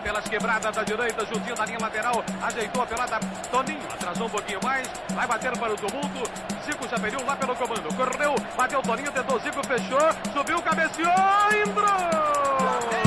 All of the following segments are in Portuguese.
pelas quebradas da direita, juntinho da linha lateral, ajeitou a pelada, Toninho atrasou um pouquinho mais, vai bater para o tumulto, Zico já pediu lá pelo comando, correu, bateu Toninho, tentou Zico, fechou, subiu, cabeceou, entrou!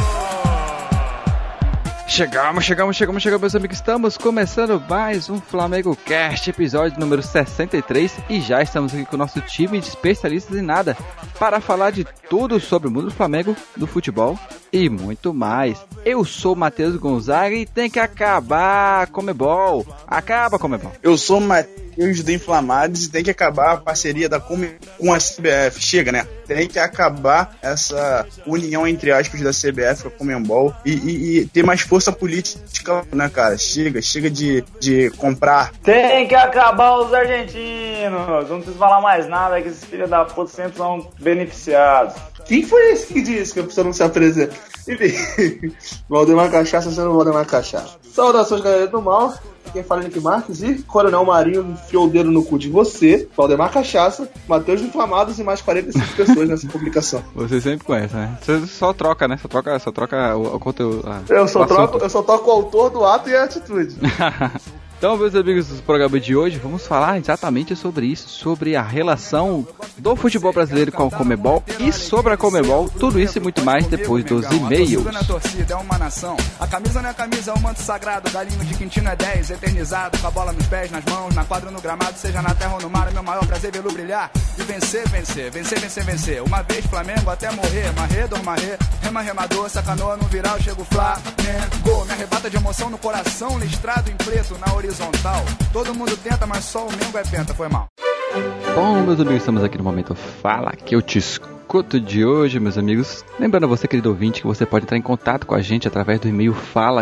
Chegamos, meus amigos, estamos começando mais um Flamengo Cast, episódio número 63, e já estamos aqui com o nosso time de especialistas em nada, para falar de tudo sobre o mundo do Flamengo, do futebol e muito mais. Eu sou o Matheus Gonzaga e tem que acabar Comebol, acaba Comebol. Eu sou o Matheus do Inflamados e tem que acabar a parceria da com a CBF, chega, né? Tem que acabar essa união, entre aspas, da CBF com a Comebol e ter mais força política, né, cara? Chega de comprar. Tem que acabar os argentinos, não preciso falar mais nada, que esses filhos da puta sempre são beneficiados. Quem foi esse que disse que a pessoa não se apresenta? Enfim, Valdemar Cachaça sendo Valdemar Cachaça. Saudações, galera do mal. Quem fala é Henrique Marques e Coronel Marinho enfiou o dedo no cu de você, Valdemar Cachaça, Matheus Inflamados e mais 45 pessoas nessa publicação. Você sempre conhece, né? Você só troca, né? Só troca o conteúdo. Eu só troco o autor do ato e a atitude. Então, meus amigos do programa de hoje, vamos falar exatamente sobre isso, sobre a relação do futebol brasileiro com a Comebol e sobre a Comebol, tudo isso e muito mais depois dos e-mails. A torcida é uma nação, a camisa não é camisa, é um manto sagrado, galinho de Quintino é 10, eternizado, com a bola nos pés, nas mãos, na quadra, no gramado, seja na terra ou no mar, é meu maior prazer vê-lo brilhar e vencer, uma vez Flamengo até morrer, marré, remador, sacanoa no viral, chego Flamengo, me arrebata de emoção no coração, listrado em preto, na horizontal. Todo mundo tenta, mas só o Mengo é penta, foi mal. Bom, meus amigos, estamos aqui no momento Fala Que Eu Te Escuto de hoje, meus amigos. Lembrando a você, querido ouvinte, que você pode entrar em contato com a gente através do e-mail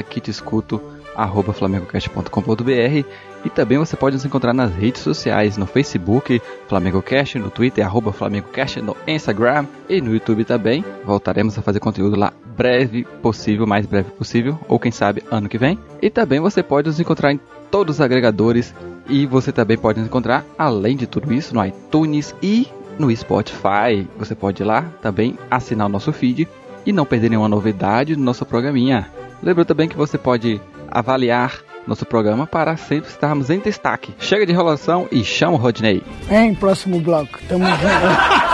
falaquetescuto@flamengocast.com.br e também você pode nos encontrar nas redes sociais, no Facebook, FlamengoCast, no Twitter, @FlamengoCast, no Instagram e no YouTube também. Voltaremos a fazer conteúdo lá mais breve possível, ou quem sabe ano que vem. E também você pode nos encontrar em todos os agregadores e você também pode nos encontrar, além de tudo isso, no iTunes e no Spotify. Você pode ir lá também assinar o nosso feed e não perder nenhuma novidade do nosso programinha. Lembra também que você pode avaliar nosso programa para sempre estarmos em destaque. Chega de enrolação e chama o Rodney. Próximo bloco. Tamo junto.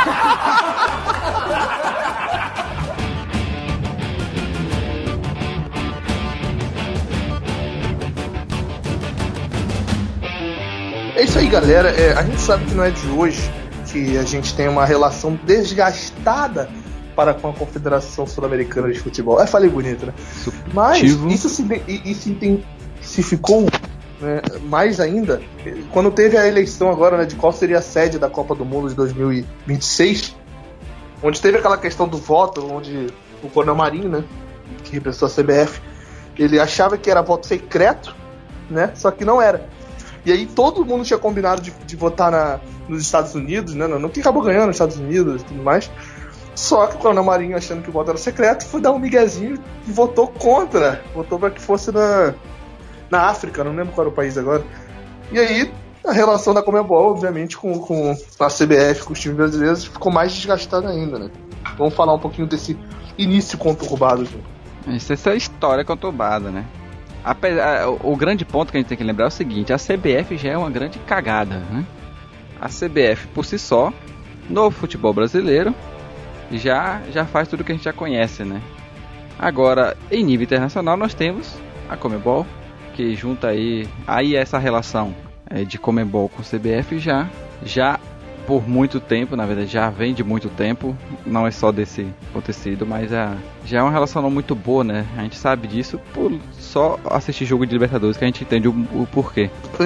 É isso aí, galera. A gente sabe que não é de hoje que a gente tem uma relação desgastada para com a Confederação Sul-Americana de Futebol. Falei bonito, né? Mas isso se intensificou, né, mais ainda quando teve a eleição agora, né, de qual seria a sede da Copa do Mundo de 2026, onde teve aquela questão do voto, onde o Coronel Marinho, né, que representou a CBF, ele achava que era voto secreto, né, só que não era. E aí todo mundo tinha combinado de votar nos Estados Unidos, né? Não que acabou ganhando nos Estados Unidos e tudo mais. Só que o Coronel Marinho, achando que o voto era secreto, foi dar um miguezinho e votou contra. Votou para que fosse na África, não lembro qual era o país agora. E aí a relação da Comebol, obviamente, com a CBF, com os times brasileiros, ficou mais desgastada ainda, né? Vamos falar um pouquinho desse início conturbado. Essa é a história conturbada, né? O grande ponto que a gente tem que lembrar é o seguinte: a CBF já é uma grande cagada, né? A CBF por si só, no futebol brasileiro, já faz tudo que a gente já conhece, né? Agora, em nível internacional, nós temos a Comebol, que junta aí essa relação de Comebol com CBF já por muito tempo, na verdade já vem de muito tempo, não é só desse acontecido, mas já é uma relação não muito boa, né? A gente sabe disso por só assistir jogo de Libertadores que a gente entende o porquê.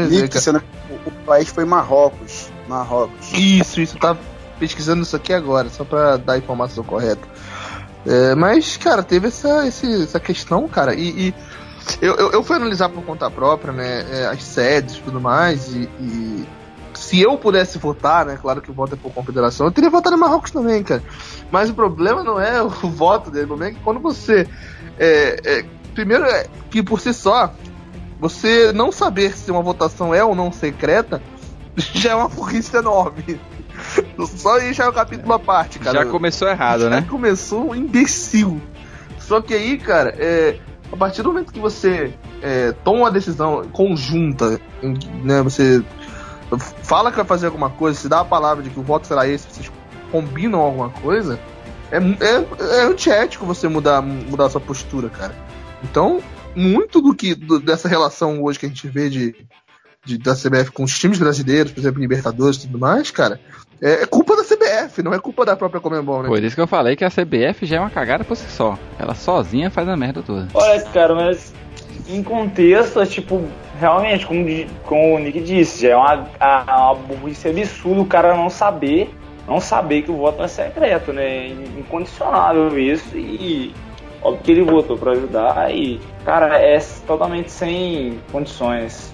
O país foi Marrocos. Isso, tá pesquisando isso aqui agora, só pra dar a informação correta. Mas, cara, teve essa questão, cara, e eu fui analisar por conta própria, né, as sedes e tudo mais, e se eu pudesse votar, né, claro que o voto é por confederação, eu teria votado em Marrocos também, cara. Mas o problema não é o voto dele, o problema é que quando você... primeiro, que por si só, você não saber se uma votação é ou não secreta, já é uma burrice enorme. Só isso já é um capítulo à parte, cara. Já começou errado, né? Já começou um imbecil. Só que aí, cara, A partir do momento que você toma uma decisão conjunta, né, você fala que vai fazer alguma coisa, se dá a palavra de que o voto será esse, vocês combinam alguma coisa, é antiético você mudar a sua postura, cara. Então, muito dessa relação hoje que a gente vê da CBF com os times brasileiros, por exemplo, Libertadores e tudo mais, cara, é culpa da CBF, não é culpa da própria Conmebol, né? Por isso que eu falei que a CBF já é uma cagada por si só. Ela sozinha faz a merda toda. Olha, cara, mas em contexto, realmente, como o Nick disse, já é uma burrice absurda o cara não saber que o voto é secreto, né? Incondicionável isso, e óbvio que ele votou pra ajudar e, cara, é totalmente sem condições.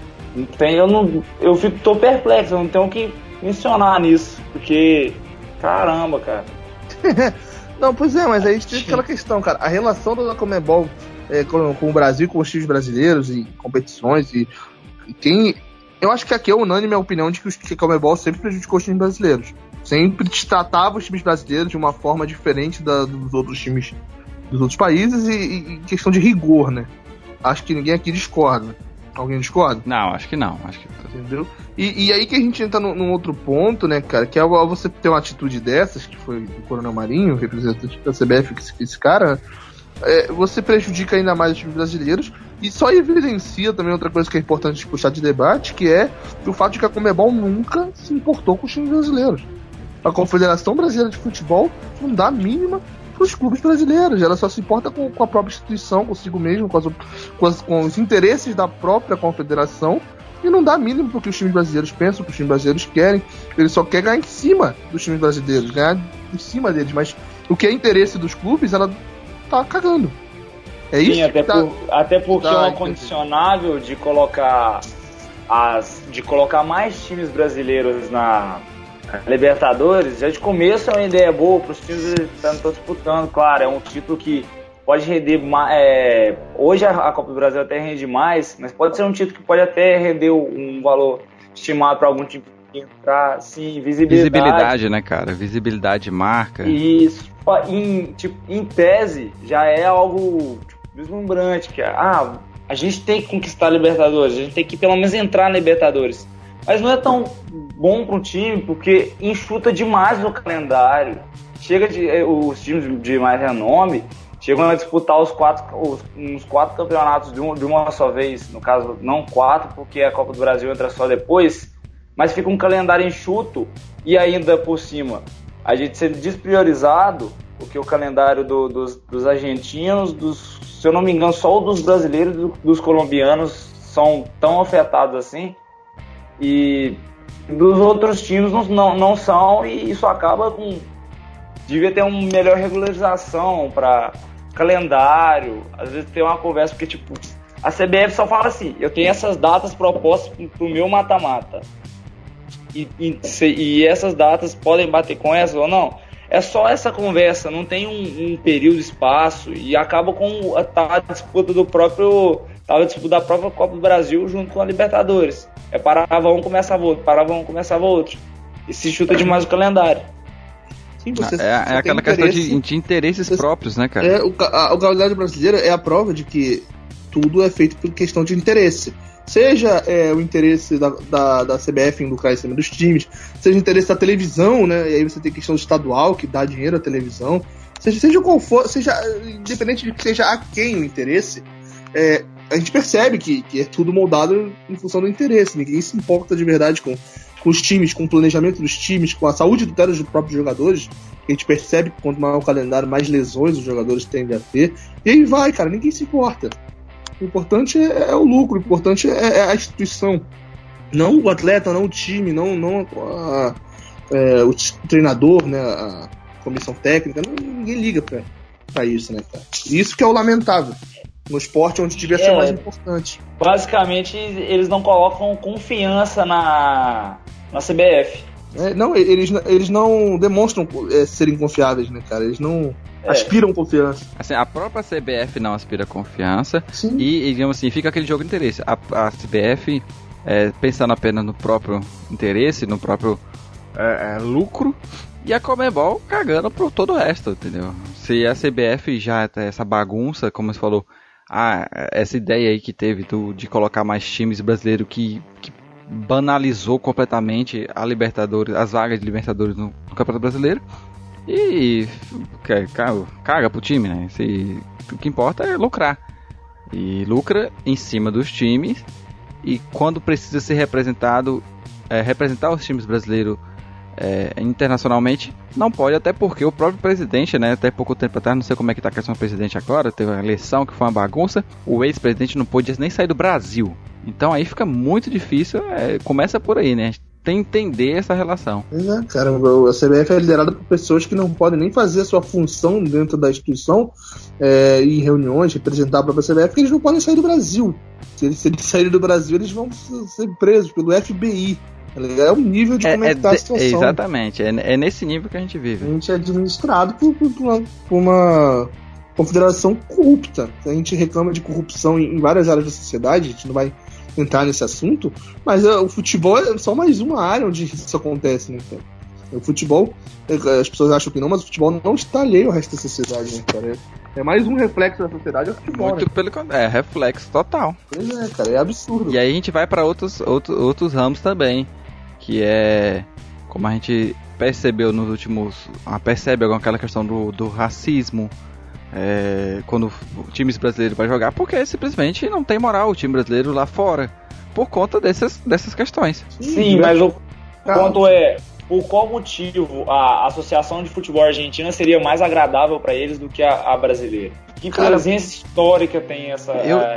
Tô perplexo, eu não tenho o que mencionar nisso, porque, caramba, cara. Não, pois é, mas aí tem aquela questão, cara, a relação da Conmebol com o Brasil, com os times brasileiros e competições, e eu acho que aqui é unânime a opinião de que a Conmebol sempre prejudicou os times brasileiros. Sempre tratava os times brasileiros de uma forma diferente dos outros times dos outros países e questão de rigor, né? Acho que ninguém aqui discorda. Alguém discorda? Não, acho que não. Entendeu? E aí que a gente entra num outro ponto, né, cara, que é você ter uma atitude dessas, que foi o Coronel Marinho, representante da CBF, que esse cara, você prejudica ainda mais os times brasileiros e só evidencia também outra coisa que é importante puxar de debate, que é o fato de que a Conmebol nunca se importou com os times brasileiros. A Confederação Brasileira de Futebol não dá a mínima para os clubes brasileiros, ela só se importa com a própria instituição, consigo mesmo, com os interesses da própria confederação, e não dá mínimo porque os times brasileiros pensam, que os times brasileiros querem. Ele só quer ganhar em cima dos times brasileiros, ganhar em cima deles, mas o que é interesse dos clubes, ela tá cagando. É isso. Sim, até porque é uma condicionável de colocar mais times brasileiros na Libertadores. Já de começo é uma ideia boa para os times que estão disputando, claro, é um título que pode render mais. Hoje a Copa do Brasil até rende mais, mas pode ser um título que pode até render um valor estimado para algum time entrar, sim, visibilidade, né, cara? Visibilidade, marca. Isso, em tese, já é algo deslumbrante, que a gente tem que conquistar a Libertadores, a gente tem que pelo menos entrar na Libertadores. Mas não é tão bom para o time, porque enxuta demais no calendário. Os times de mais renome chegam a disputar uns 4 campeonatos de uma só vez. No caso, não 4, porque a Copa do Brasil entra só depois. Mas fica um calendário enxuto e ainda por cima a gente sendo despriorizado, porque o calendário dos argentinos, se eu não me engano, só o dos brasileiros e dos colombianos são tão afetados assim. E dos outros times não são, e isso acaba com... Devia ter uma melhor regularização para calendário, às vezes ter uma conversa, porque tipo, a CBF só fala assim, eu tenho essas datas propostas pro meu mata-mata, e essas datas podem bater com essas ou não. É só essa conversa, não tem um período, espaço, e acaba com a disputa da própria Copa do Brasil junto com a Libertadores. Parava um, começava outro. E se chuta demais o calendário. Sim, é aquela questão de interesses próprios, né, cara? O calendário brasileiro é a prova de que tudo é feito por questão de interesse. Seja o interesse da CBF em lucrar em cima dos times, seja o interesse da televisão, né? E aí você tem questão estadual que dá dinheiro à televisão. Seja qual for, independente de que seja a quem o interesse, a gente percebe que é tudo moldado em função do interesse. Ninguém se importa de verdade com os times, com o planejamento dos times, com a saúde dos próprios jogadores. A gente percebe que quanto maior o calendário, mais lesões os jogadores tendem a ter. E aí vai, cara, ninguém se importa. O importante é o lucro, o importante é a instituição. Não o atleta, não o time, não o treinador, né, a comissão técnica. Ninguém liga pra isso, né, cara? Isso que é o lamentável. No esporte, onde devia ser mais importante. Basicamente, eles não colocam confiança na CBF. Eles não demonstram serem confiáveis, né, cara? Eles não aspiram confiança. Assim, a própria CBF não aspira confiança. Sim. E, digamos assim, fica aquele jogo de interesse. A CBF, pensando apenas no próprio interesse, no próprio lucro, e a Conmebol cagando por todo o resto, entendeu? Se a CBF já tá essa bagunça, como você falou, essa ideia aí que teve de colocar mais times brasileiros que banalizou completamente a Libertadores, as vagas de Libertadores no Campeonato Brasileiro. E caga pro time, né? O que importa é lucrar. E lucra em cima dos times. E quando precisa ser representar os times brasileiros internacionalmente, não pode, até porque o próprio presidente, né, até pouco tempo atrás, não sei como é que tá a questão do presidente agora, teve uma eleição que foi uma bagunça, o ex-presidente não pôde nem sair do Brasil. Então aí fica muito difícil, começa por aí, né? Tem que entender essa relação. Cara, a CBF é liderada por pessoas que não podem nem fazer a sua função dentro da instituição, em reuniões, representar a própria CBF, porque eles não podem sair do Brasil. Se eles saírem do Brasil, eles vão ser presos pelo FBI. É o nível de como é que tá a situação. Exatamente, é nesse nível que a gente vive. A gente é administrado por uma confederação corrupta. A gente reclama de corrupção em várias áreas da sociedade, a gente não vai entrar nesse assunto, mas o futebol é só mais uma área onde isso acontece, né, cara? O futebol, as pessoas acham que não, mas o futebol não está alheio ao resto da sociedade, né, cara? É mais um reflexo da sociedade, é o futebol. Muito, né? Pelo contrário, reflexo total. Pois é, cara, é absurdo. E aí a gente vai para outros ramos também, que é como a gente percebeu nos últimos, percebe aquela questão do racismo, quando times brasileiros vai jogar, porque simplesmente não tem moral o time brasileiro lá fora, por conta dessas questões. Sim, mas o ponto é, por qual motivo a Associação de Futebol Argentina seria mais agradável para eles do que a brasileira? Que presença histórica tem essa...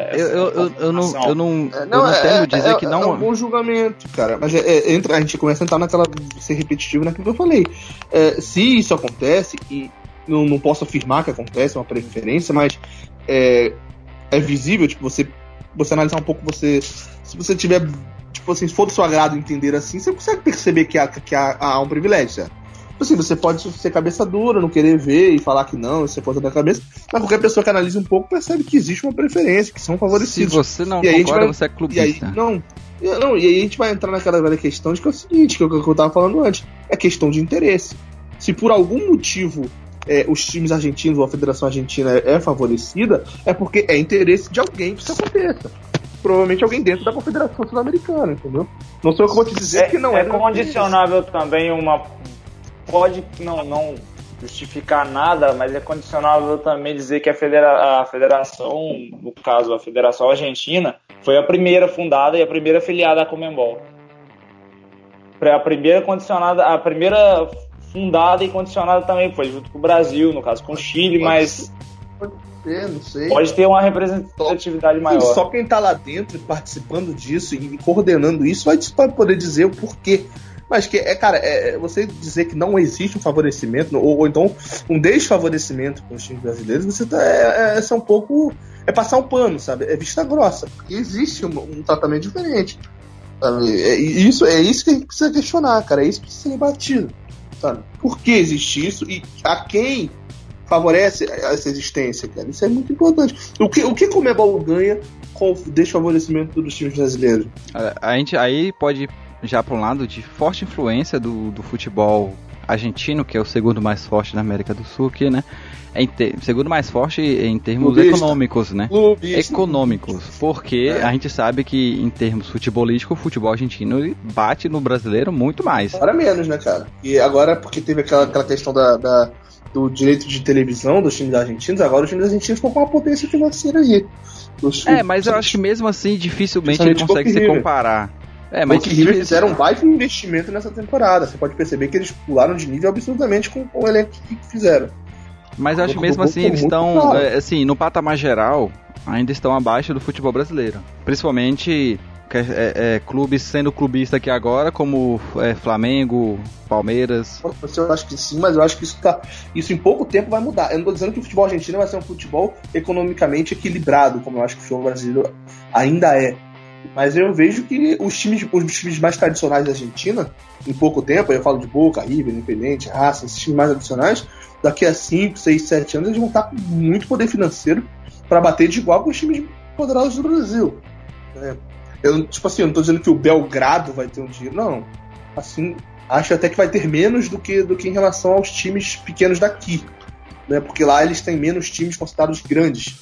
Eu não entendo dizer que não... É um bom julgamento, cara. Mas a gente começa a entrar naquela... ser repetitivo naquilo que eu falei. Se isso acontece, e não posso afirmar que acontece, é uma preferência, mas é visível, tipo, você analisar um pouco, se você tiver... Tipo assim, se for do seu agrado entender assim, você consegue perceber que há um privilégio, certo? Tipo assim, você pode ser cabeça dura, não querer ver e falar que não, isso é coisa da cabeça, mas qualquer pessoa que analise um pouco percebe que existe uma preferência, que são favorecidos. Se você não concorda, você é clubista. E aí a gente vai entrar naquela velha questão de que é o seguinte, que eu tava falando antes, é questão de interesse. Se por algum motivo os times argentinos ou a Federação Argentina é favorecida, é porque é interesse de alguém que isso aconteça. Provavelmente alguém dentro da Confederação Sul-Americana, entendeu? Não sou eu que vou te dizer que não é. É condicionável também pode não justificar nada, mas é condicionável também dizer que a federação, no caso a Federação Argentina, foi a primeira fundada e a primeira filiada à Conmebol. A primeira fundada e condicionada também foi junto com o Brasil, no caso com o Chile, mas não sei. Pode ter uma representatividade maior. Só quem tá lá dentro participando disso e coordenando isso vai poder dizer o porquê. Mas que você dizer que não existe um favorecimento ou então um desfavorecimento com os times brasileiros, você é um pouco, passar um pano, sabe? É vista grossa, porque existe um tratamento diferente, sabe? Isso que a gente precisa questionar, cara. É isso que precisa ser debatido, sabe? Por que existe isso e a quem favorece essa existência, cara? Isso é muito importante. O que Conmebol ganha com o desfavorecimento dos times brasileiros? A gente aí pode já para um lado de forte influência do futebol argentino, que é o segundo mais forte da América do Sul aqui, né? Segundo mais forte em termos econômicos, né? Econômicos, porque a gente sabe que em termos futebolísticos, o futebol argentino ele bate no brasileiro muito mais. Agora menos, né, cara? E agora, porque teve aquela questão do direito de televisão dos times argentinos, agora os times argentinos estão com uma potência financeira aí. Mas eu acho que mesmo assim, dificilmente ele consegue se comparar. Mas que River fizeram um baita investimento nessa temporada. Você pode perceber que eles pularam de nível absurdamente com o elenco que fizeram. Mas eu acho que mesmo assim eles estão, assim, no patamar geral, ainda estão abaixo do futebol brasileiro. Principalmente clubes sendo clubista aqui agora, como Flamengo, Palmeiras. Eu acho que sim, mas eu acho que isso em pouco tempo vai mudar. Eu não estou dizendo que o futebol argentino vai ser um futebol economicamente equilibrado, como eu acho que o futebol brasileiro ainda é. Mas eu vejo que os times mais tradicionais da Argentina, em pouco tempo, eu falo de Boca, River, Independente, Racing, esses times mais tradicionais, daqui a 5, 6, 7 anos eles vão estar com muito poder financeiro para bater de igual com os times poderosos do Brasil. Eu não estou dizendo que o Belgrado vai ter um dinheiro, não. Assim, acho até que vai ter menos do que em relação aos times pequenos daqui, né? Porque lá eles têm menos times considerados grandes.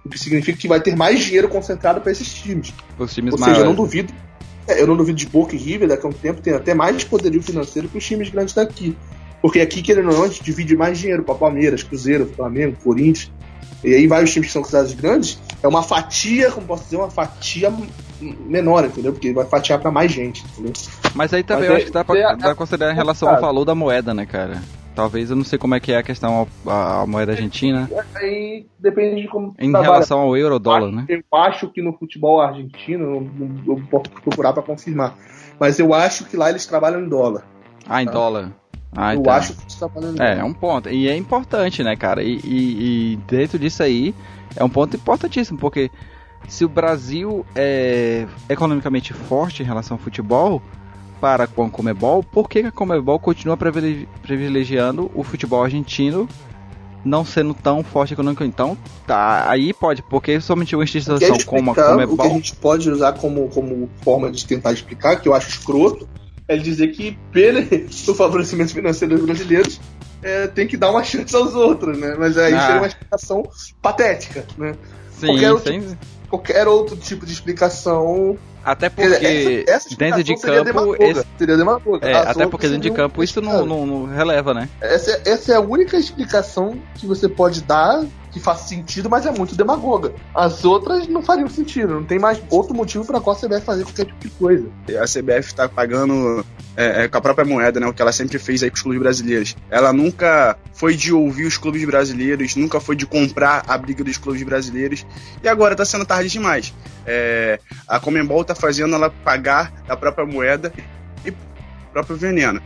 O que significa que vai ter mais dinheiro concentrado para esses times. Os times Ou maiores. seja, eu não duvido de Boca e River daqui a um tempo tem até mais poderio financeiro que os times grandes daqui. Porque aqui, querendo ou não, a gente divide mais dinheiro para Palmeiras, Cruzeiro, Flamengo, Corinthians. E aí vai os times que são considerados grandes, é uma fatia, como posso dizer, uma fatia menor, entendeu? Porque vai fatiar para mais gente, entendeu? Mas aí também eu acho que dá pra considerar em relação ao valor da moeda, né, cara? Talvez, eu não sei como é que é a questão a moeda argentina. Aí depende de como em relação ao euro-dólar, né? Eu acho que no futebol argentino, eu posso procurar para confirmar, mas eu acho que lá eles trabalham em dólar. Ah, em dólar. Ah, eu então. acho que eles trabalham em dólar. É um ponto. E é importante, né, cara? E dentro disso aí, é um ponto importantíssimo, porque se o Brasil é economicamente forte em relação ao futebol, para com a Conmebol, por que a Conmebol continua privilegiando o futebol argentino não sendo tão forte economicamente? Então, tá, aí pode, porque somente uma instituição como a Conmebol... O que a gente pode usar como forma de tentar explicar, que eu acho escroto, é dizer que pelo favorecimento financeiro dos brasileiros tem que dar uma chance aos outros, né? Mas aí seria uma explicação patética, né? Sim, qualquer outro tipo de explicação... Até porque essa dentro de campo... Seria demagoga. Até porque dentro de campo isso não releva, né? Essa é a única explicação que você pode dar que faz sentido, mas é muito demagoga. As outras não fariam sentido. Não tem mais outro motivo para qual a CBF fazer qualquer tipo de coisa. A CBF tá pagando com a própria moeda, né? O que ela sempre fez aí com os clubes brasileiros. Ela nunca foi de ouvir os clubes brasileiros, nunca foi de comprar a briga dos clubes brasileiros. E agora tá sendo tarde demais. A Conmebol tá fazendo ela pagar da própria moeda e próprio veneno.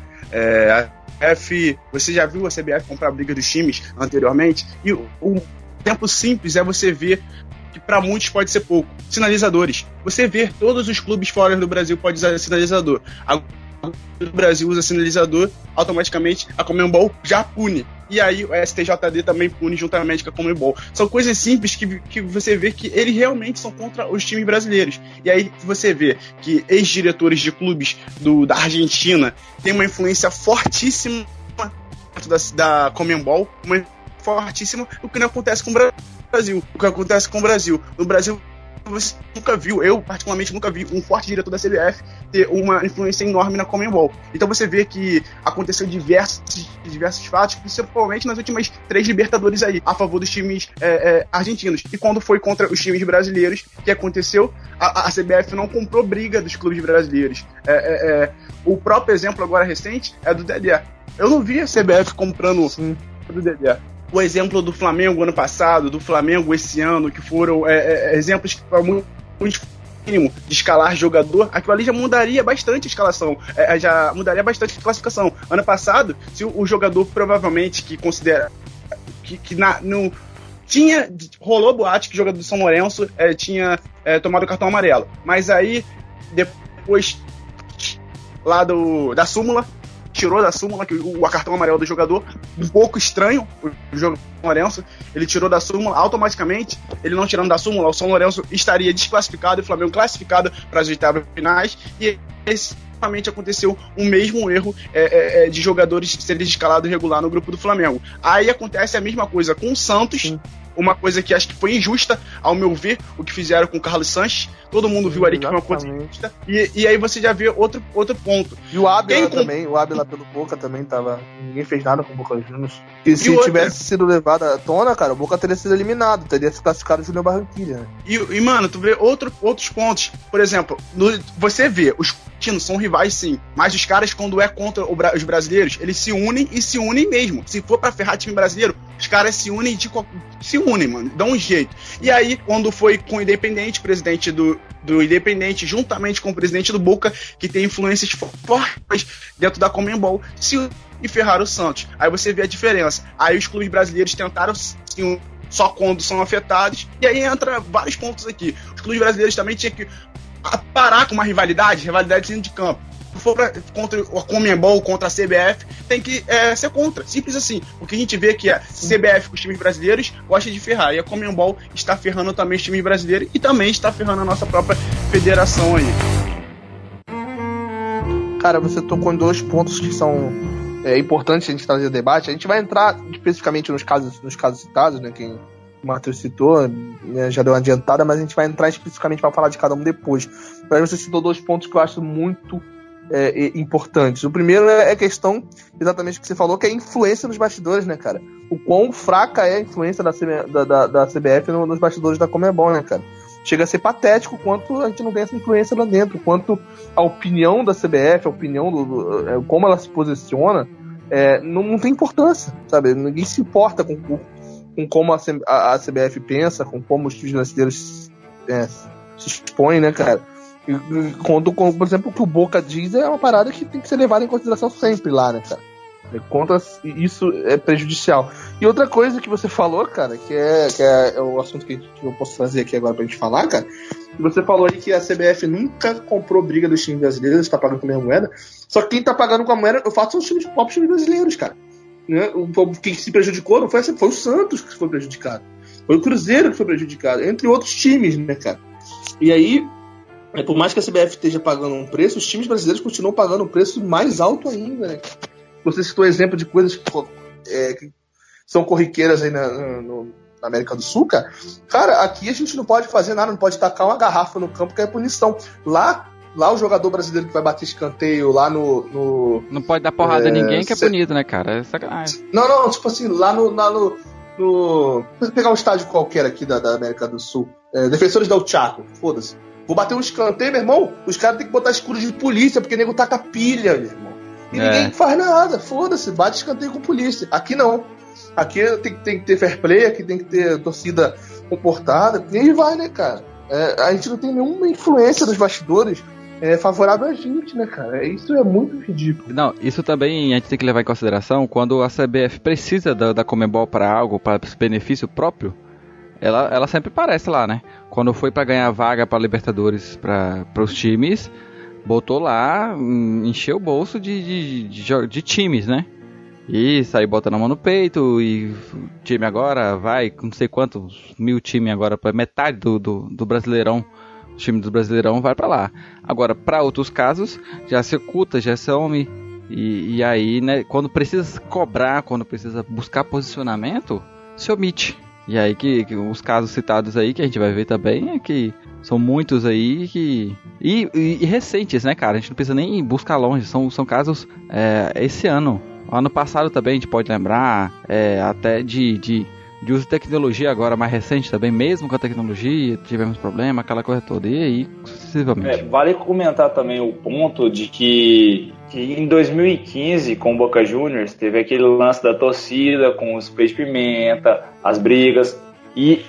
Você já viu a CBF comprar a briga dos times anteriormente? E o tempo simples é você ver que para muitos pode ser pouco. Sinalizadores. Você vê todos os clubes fora do Brasil podem usar sinalizador. O Brasil usa sinalizador, automaticamente a Conmebol já pune. E aí o STJD também pune juntamente com a Conmebol. São coisas simples que você vê que eles realmente são contra os times brasileiros. E aí você vê que ex-diretores de clubes da Argentina têm uma influência fortíssima da Conmebol, uma fortíssima, o que não acontece com o Brasil. O que acontece com o Brasil? No Brasil você nunca viu, eu particularmente nunca vi um forte diretor da CBF ter uma influência enorme na Conmebol. Então você vê que aconteceu diversos fatos, principalmente nas últimas 3 Libertadores aí, a favor dos times argentinos. E quando foi contra os times brasileiros, o que aconteceu? A CBF não comprou briga dos clubes brasileiros. O próprio exemplo agora recente é do Dedé. Eu não vi a CBF comprando do Dedé. O exemplo do Flamengo ano passado, do Flamengo esse ano, que foram exemplos que foram muito mínimo de escalar jogador, aquilo ali já mudaria bastante a escalação, já mudaria bastante a classificação. Ano passado, se o jogador provavelmente que considera não tinha, rolou boate que o jogador do São Lourenço tinha tomado o cartão amarelo, mas aí depois lá da súmula, tirou da súmula que o cartão amarelo do jogador, um pouco estranho, o jogador do São Lourenço, ele tirou da súmula, automaticamente, ele não tirando da súmula, o São Lourenço estaria desclassificado e o Flamengo classificado para as oitavas finais, e exatamente aconteceu o mesmo erro de jogadores serem escalados regular no grupo do Flamengo. Aí acontece a mesma coisa com o Santos, uma coisa que acho que foi injusta, ao meu ver, o que fizeram com o Carlos Sanches. Todo mundo viu ali que foi uma coisa injusta. E aí você já vê outro ponto. E o Ábila também, o Ábila pelo Boca também tava... Ninguém fez nada com o Boca Juniors. E se tivesse sido levado à tona, cara, o Boca teria sido eliminado, teria se classificado o Júnior Barranquilla, né? E, mano, tu vê outros pontos. Por exemplo, você vê, os argentinos são rivais sim, mas os caras, quando é contra os brasileiros, eles se unem e se unem mesmo. Se for pra ferrar time brasileiro, os caras se unem mano, dão um jeito. E aí, quando foi com o Independente, presidente do Independente, juntamente com o presidente do Boca, que tem influências fortes dentro da Conmebol, e ferraram o Santos. Aí você vê a diferença. Aí os clubes brasileiros tentaram só quando são afetados, e aí entra vários pontos aqui. Os clubes brasileiros também tinham que parar com uma rivalidade dentro de campo. Se for contra a Conmebol, contra a CBF, tem que ser contra, simples assim, porque a gente vê que a CBF com os times brasileiros gosta de ferrar, e a Conmebol está ferrando também os times brasileiros e também está ferrando a nossa própria federação aí. Cara, você tocou em 2 pontos que são importantes a gente trazer debate. A gente vai entrar especificamente nos casos citados, né, o Matheus citou, né, já deu uma adiantada, mas a gente vai entrar especificamente para falar de cada um depois. Mas você citou 2 pontos que eu acho muito importantes. O primeiro é a questão, exatamente o que você falou, que é a influência nos bastidores, né, cara? O quão fraca é a influência da CBF nos bastidores da Conmebol, né, cara? Chega a ser patético quanto a gente não tem essa influência lá dentro, quanto a opinião da CBF, a opinião como ela se posiciona, não tem importância, sabe? Ninguém se importa com como a CBF pensa, com como os times brasileiros se expõem, né, cara? Quando, por exemplo, o que o Boca diz é uma parada que tem que ser levada em consideração sempre lá, né, cara? Isso é prejudicial. E outra coisa que você falou, cara, que é o assunto que eu posso trazer aqui agora pra gente falar, cara, que você falou aí que a CBF nunca comprou briga dos times brasileiros, tá pagando com a mesma moeda, só que quem tá pagando com a moeda, eu faço, são os próprios times brasileiros, cara. Né? Quem se prejudicou não foi o Santos que foi prejudicado, foi o Cruzeiro que foi prejudicado, entre outros times, né, cara? E aí, por mais que a CBF esteja pagando um preço, os times brasileiros continuam pagando um preço mais alto ainda, né? Você citou exemplo de coisas que são corriqueiras aí na América do Sul, cara. Cara, aqui a gente não pode fazer nada, não pode tacar uma garrafa no campo que é punição. Lá o jogador brasileiro que vai bater escanteio lá no não pode dar porrada a ninguém que é punido, né, cara? É sacanagem. Não, tipo assim, lá no vou pegar um estádio qualquer aqui da América do Sul. Defensores del Chaco, foda-se. Vou bater um escanteio, meu irmão, os caras têm que botar escudo de polícia, porque o nego taca pilha, meu irmão. E ninguém faz nada, foda-se, bate escanteio com polícia. Aqui não. Aqui tem que ter fair play, aqui tem que ter torcida comportada. E aí vai, né, cara? A gente não tem nenhuma influência dos bastidores favorável a gente, né, cara? Isso é muito ridículo. Não, isso também a gente tem que levar em consideração quando a CBF precisa da Conmebol para algo, para benefício próprio. Ela sempre aparece lá, né? Quando foi para ganhar vaga para Libertadores para os times, botou lá, encheu o bolso de times, né? E saiu botando a mão no peito, e o time agora vai, não sei quantos mil times agora, para metade do Brasileirão, o time do Brasileirão vai para lá. Agora, para outros casos, já se oculta, já se some, e aí, né, quando precisa cobrar, quando precisa buscar posicionamento, se omite. E aí que os casos citados aí, que a gente vai ver também, é que são muitos aí que... E recentes, né, cara? A gente não precisa nem buscar longe, são casos esse ano. Ano passado também a gente pode lembrar até de uso de tecnologia agora mais recente também, mesmo com a tecnologia, tivemos problema, aquela coisa toda, e aí, sucessivamente. Vale comentar também o ponto de que em 2015, com o Boca Juniors, teve aquele lance da torcida, com o spray de pimenta, as brigas, e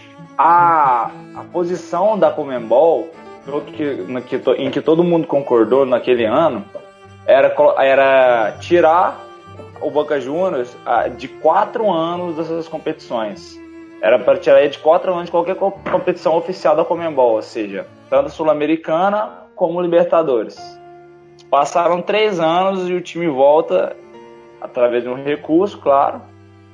a posição da Conmebol, em que todo mundo concordou naquele ano, era tirar o Boca Juniors de 4 anos dessas competições. Era para tirar ele de 4 anos de qualquer competição oficial da Conmebol, ou seja, tanto Sul-Americana como Libertadores. Passaram 3 anos e o time volta através de um recurso, claro,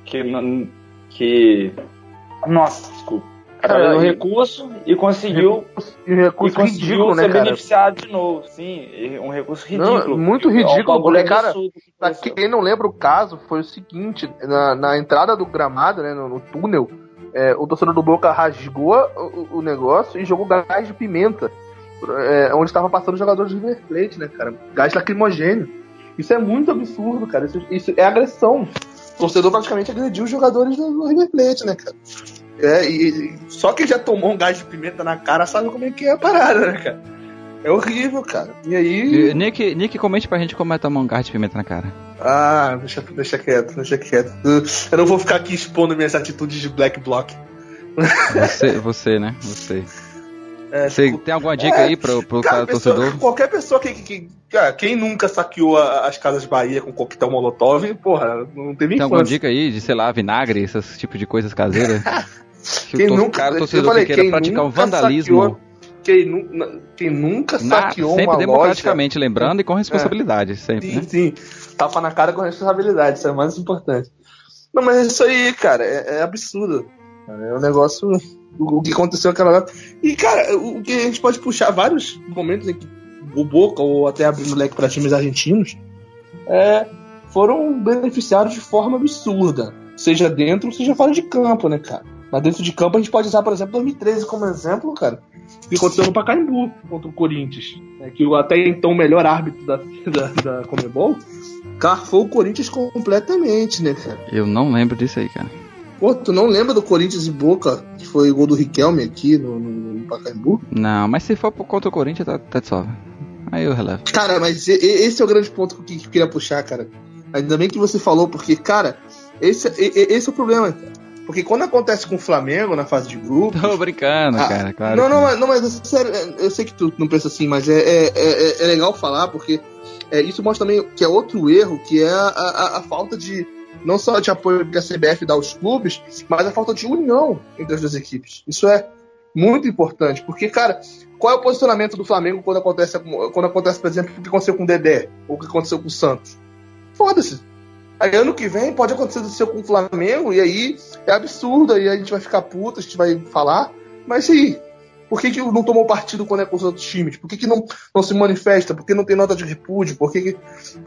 através do recurso, e conseguiu ridículo, ser, né, cara? beneficiado de novo. Sim, um recurso ridículo. Não, muito ridículo, porque, cara, pra que quem não lembra o caso, foi o seguinte: na entrada do gramado, né, no túnel, o torcedor do Boca rasgou o negócio e jogou gás de pimenta, onde estava passando os jogadores do River Plate, né, cara? Gás lacrimogêneo. Isso é muito absurdo, cara. Isso é agressão. O torcedor praticamente agrediu os jogadores do River Plate, né, cara? Só quem já tomou um gás de pimenta na cara sabe como é que é a parada, né, cara? É horrível, cara. E aí... Nick, comente pra gente como é tomar um gás de pimenta na cara. Ah, deixa quieto. Eu não vou ficar aqui expondo minhas atitudes de black bloc. Você, né? Você tem alguma dica aí pro cara torcedor? Qualquer pessoa quem nunca saqueou as Casas Bahia com coquetel molotov, porra, não teve infância. Tem alguma dica aí de, sei lá, vinagre, esse tipo de coisas caseiras? Quem torcedor que queira praticar um vandalismo. Quem nunca saqueou uma loja... Sempre democraticamente, lembrando, e com responsabilidade, sempre, né? Sim, tapa na cara com responsabilidade, isso é o mais importante. Não, mas isso aí, cara, é absurdo. É um negócio... O que aconteceu naquela época. E, cara, o que a gente pode puxar vários momentos em que o Boca, ou até abrindo o leque para times argentinos, foram beneficiados de forma absurda. Seja dentro, seja fora de campo, né, cara? Mas dentro de campo a gente pode usar, por exemplo, 2013 como exemplo, cara. Que aconteceu no Pacaembu contra o Corinthians. Né, que o até então melhor árbitro da Conmebol carfou o Corinthians completamente, né, cara? Eu não lembro disso aí, cara. Pô, tu não lembra do Corinthians e Boca, que foi o gol do Riquelme aqui no Pacaembu? Não, mas se for contra o Corinthians, tá de sobra. Aí eu relevo. Cara, mas esse é o grande ponto que eu queria puxar, cara. Ainda bem que você falou, porque, cara, esse é o problema. Porque quando acontece com o Flamengo na fase de grupos... Tô brincando, cara, claro. Não, mas sério, eu sei que tu não pensa assim, mas é legal falar, porque isso mostra também que é outro erro, que é a falta de... Não só de apoio que a CBF dá aos clubes, mas a falta de união entre as duas equipes. Isso é muito importante, porque, cara, qual é o posicionamento do Flamengo quando acontece, por exemplo, o que aconteceu com o Dedé, ou o que aconteceu com o Santos? Foda-se. Aí ano que vem pode acontecer com o Flamengo, e aí é absurdo, aí a gente vai ficar puto, a gente vai falar, mas e aí? Por que não tomou partido quando é com os outros times? Por que não se manifesta? Por que não tem nota de repúdio? Porque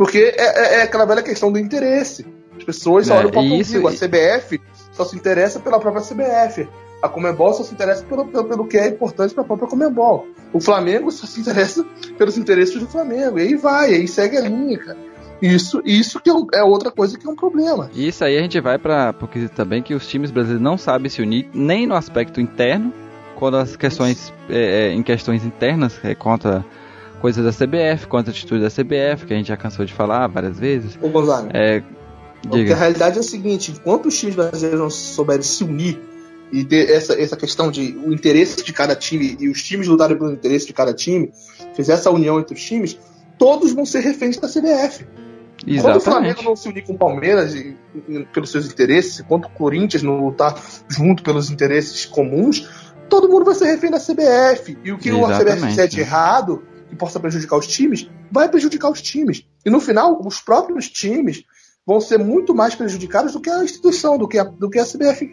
é aquela velha questão do interesse. As pessoas só olham para o umbigo. A CBF só se interessa pela própria CBF. A Conmebol só se interessa pelo que é importante para a própria Conmebol. O Flamengo só se interessa pelos interesses do Flamengo. E aí aí segue a linha, cara. Isso que é outra coisa que é um problema. Isso aí a gente vai porque também que os times brasileiros não sabem se unir nem no aspecto interno, quando as questões em questões internas, contra coisas da CBF, contra a atitude da CBF, que a gente já cansou de falar várias vezes. Ô Gonzaga, porque a realidade é a seguinte: enquanto os times brasileiros não souberem se unir e ter essa questão de o interesse de cada time e os times lutarem pelo interesse de cada time, fizer essa união entre os times, todos vão ser reféns da CBF. Exatamente. Quando o Flamengo não se unir com o Palmeiras pelos seus interesses, quando o Corinthians não lutar junto pelos interesses comuns, todo mundo vai ser refém da CBF. E o que a CBF fizer de errado, que possa prejudicar os times, vai prejudicar os times. E no final, os próprios times vão ser muito mais prejudicados do que a instituição, do que a CBF.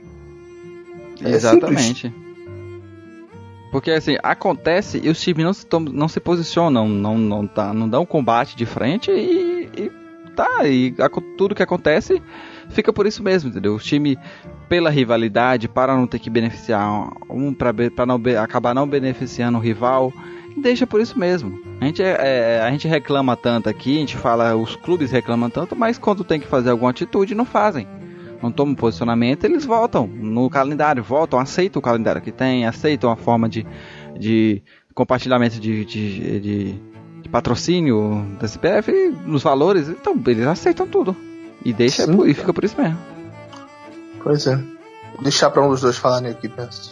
Exatamente. Porque assim, acontece e os times não se posicionam, não dão combate de frente e tudo que acontece fica por isso mesmo, entendeu? O time, pela rivalidade, para não ter que beneficiar para não acabar não beneficiando o rival, deixa por isso mesmo. A gente reclama tanto aqui, a gente fala, os clubes reclamam tanto, mas quando tem que fazer alguma atitude, não fazem. Não tomam posicionamento, eles voltam no calendário, aceitam o calendário que tem, aceitam a forma de compartilhamento de patrocínio da CBF nos valores, então eles aceitam tudo e e fica por isso mesmo. Pois é. Vou deixar para um dos dois falarem aqui, penso.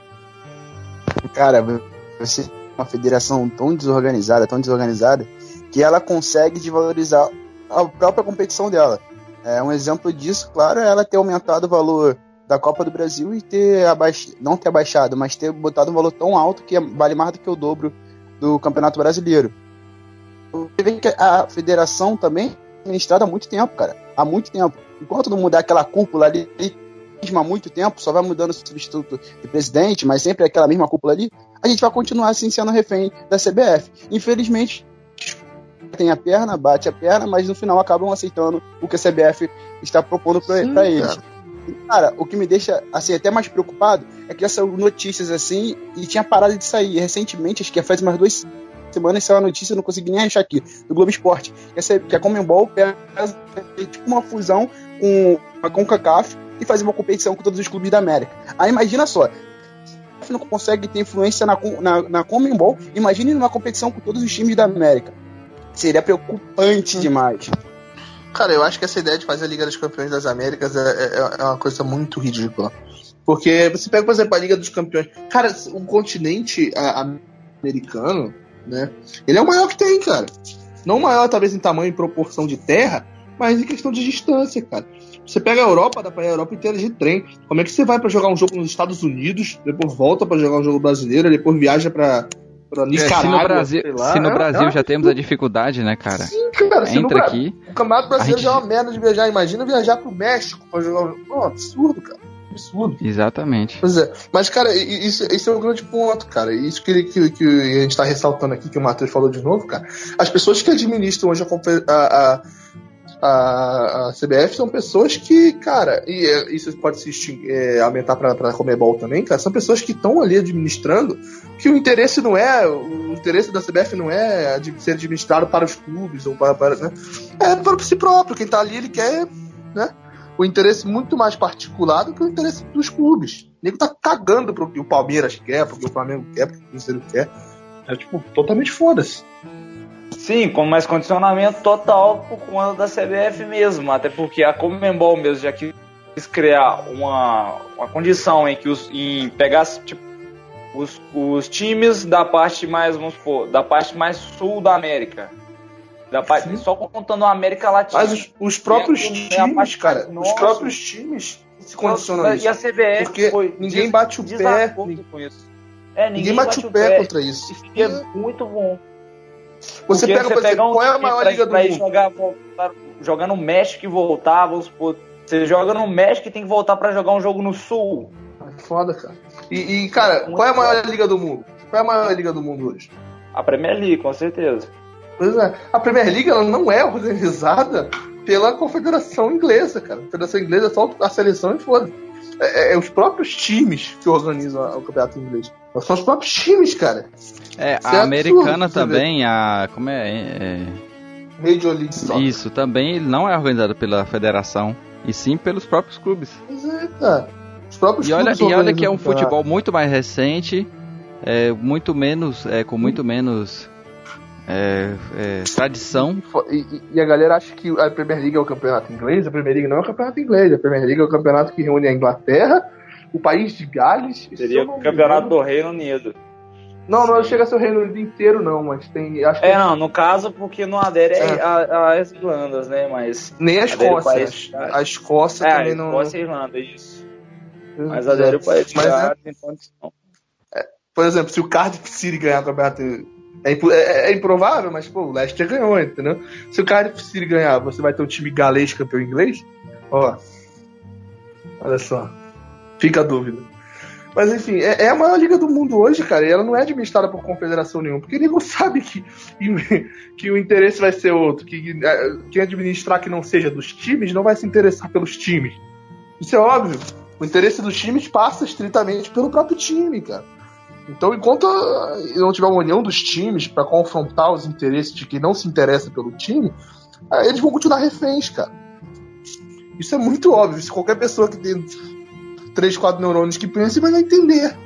Cara, você é uma federação tão desorganizada que ela consegue desvalorizar a própria competição dela. Um exemplo disso, claro, é ela ter aumentado o valor da Copa do Brasil e não ter abaixado, mas ter botado um valor tão alto que vale mais do que o dobro do Campeonato Brasileiro. Você vê que a federação também é administrada há muito tempo, cara. Há muito tempo. Enquanto não mudar aquela cúpula ali, há muito tempo, só vai mudando o substituto de presidente, mas sempre aquela mesma cúpula ali, a gente vai continuar assim sendo refém da CBF. Infelizmente, tem a perna, bate a perna, mas no final acabam aceitando o que a CBF está propondo para eles. Cara, o que me deixa assim até mais preocupado é que essas notícias assim, e tinha parado de sair. Recentemente, acho que faz umas 2 semanas, saiu a notícia, eu não consegui nem achar aqui, do Globo Esporte, que a Conmebol pega tipo uma fusão com a CONCACAF e fazer uma competição com todos os clubes da América. Aí imagina só, a não consegue ter influência na Conmebol, imagine numa competição com todos os times da América. Seria preocupante demais. Cara, eu acho que essa ideia de fazer a Liga dos Campeões das Américas é uma coisa muito ridícula. Porque você pega, por exemplo, a Liga dos Campeões. Cara, o continente americano, né? Ele é o maior que tem, cara. Não maior, talvez, em tamanho e proporção de terra, mas em questão de distância, cara. Você pega a Europa, dá pra ir a Europa inteira de trem. Como é que você vai pra jogar um jogo nos Estados Unidos, depois volta pra jogar um jogo brasileiro, depois viaja pra Nicarágua, se no Brasil já temos a dificuldade, né, cara? Sim, cara. Entra aqui. O Campeonato Brasileiro já é uma merda de viajar. Imagina viajar pro México pra jogar um jogo. Absurdo, cara. Absurdo. Exatamente. Pois é. Mas, cara, isso é um grande ponto, cara. Isso que a gente tá ressaltando aqui, que o Matheus falou de novo, cara. As pessoas que administram hoje A CBF são pessoas que, cara, e isso pode se aumentar pra Conmebol também, cara, são pessoas que estão ali administrando, que o interesse da CBF não é ser administrado para os clubes, ou para né? É para si próprio, quem tá ali, ele quer, né, o interesse muito mais particular do que o interesse dos clubes. O nego tá cagando pro que o Palmeiras quer, pro que o Flamengo quer, pro que o Cruzeiro quer. É tipo, totalmente foda-se. Sim, com mais condicionamento total por conta da CBF mesmo, até porque a Conmebol mesmo já quis criar uma condição em que pegasse tipo, os times da parte mais, vamos supor, da parte mais sul da América, só contando a América Latina. Mas os próprios times, cara, os próprios times se condicionam isso. E a CBF porque ninguém bate o pé. Com isso. Ninguém bate o pé contra isso. Isso é muito bom. Você pega, por exemplo, qual é a maior liga do mundo? Jogar no México e voltar, vamos supor. Você joga no México e tem que voltar pra jogar um jogo no Sul. É foda, cara. E cara, qual é a maior liga do mundo? Qual é a maior liga do mundo hoje? A Premier League, com certeza. Pois é. A Premier League, ela não é organizada pela Confederação Inglesa, cara. A Confederação Inglesa é só a seleção e foda. É os próprios times que organizam o campeonato inglês. São os próprios times, cara. A americana também, como é? Major League Soccer. Isso, também não é organizado pela federação, e sim pelos próprios clubes. Pois é, cara. Os próprios clubes. E olha que é um futebol muito mais recente, muito menos, com muito menos tradição. E a galera acha que a Premier League é o campeonato inglês. A Premier League não é o campeonato inglês. A Premier League é o campeonato que reúne a Inglaterra, o país de Gales. Seria o campeonato do Reino Unido. Não chega a ser o Reino Unido inteiro, não, mas tem. Acho que não, no caso, porque não adere às Irlandas, né? Mas. Nem a Escócia. A Escócia também não. A Escócia e a Irlanda, isso. Mas adere o país de Gales, então. Por exemplo, se o Cardiff City ganhar o campeonato. É improvável, mas pô, o Leicester ganhou, entendeu? Se o Cardiff City ganhar, você vai ter um time galês campeão inglês? Ó. Olha só. Fica a dúvida. Mas enfim, é a maior liga do mundo hoje, cara, e ela não é administrada por confederação nenhuma, porque ninguém sabe que o interesse vai ser outro, que quem administrar que não seja dos times não vai se interessar pelos times. Isso é óbvio. O interesse dos times passa estritamente pelo próprio time, cara. Então, enquanto não tiver uma união dos times para confrontar os interesses de quem não se interessa pelo time, eles vão continuar reféns, cara. Isso é muito óbvio. Se qualquer pessoa que tem 3, 4 neurônios que pense vai entender.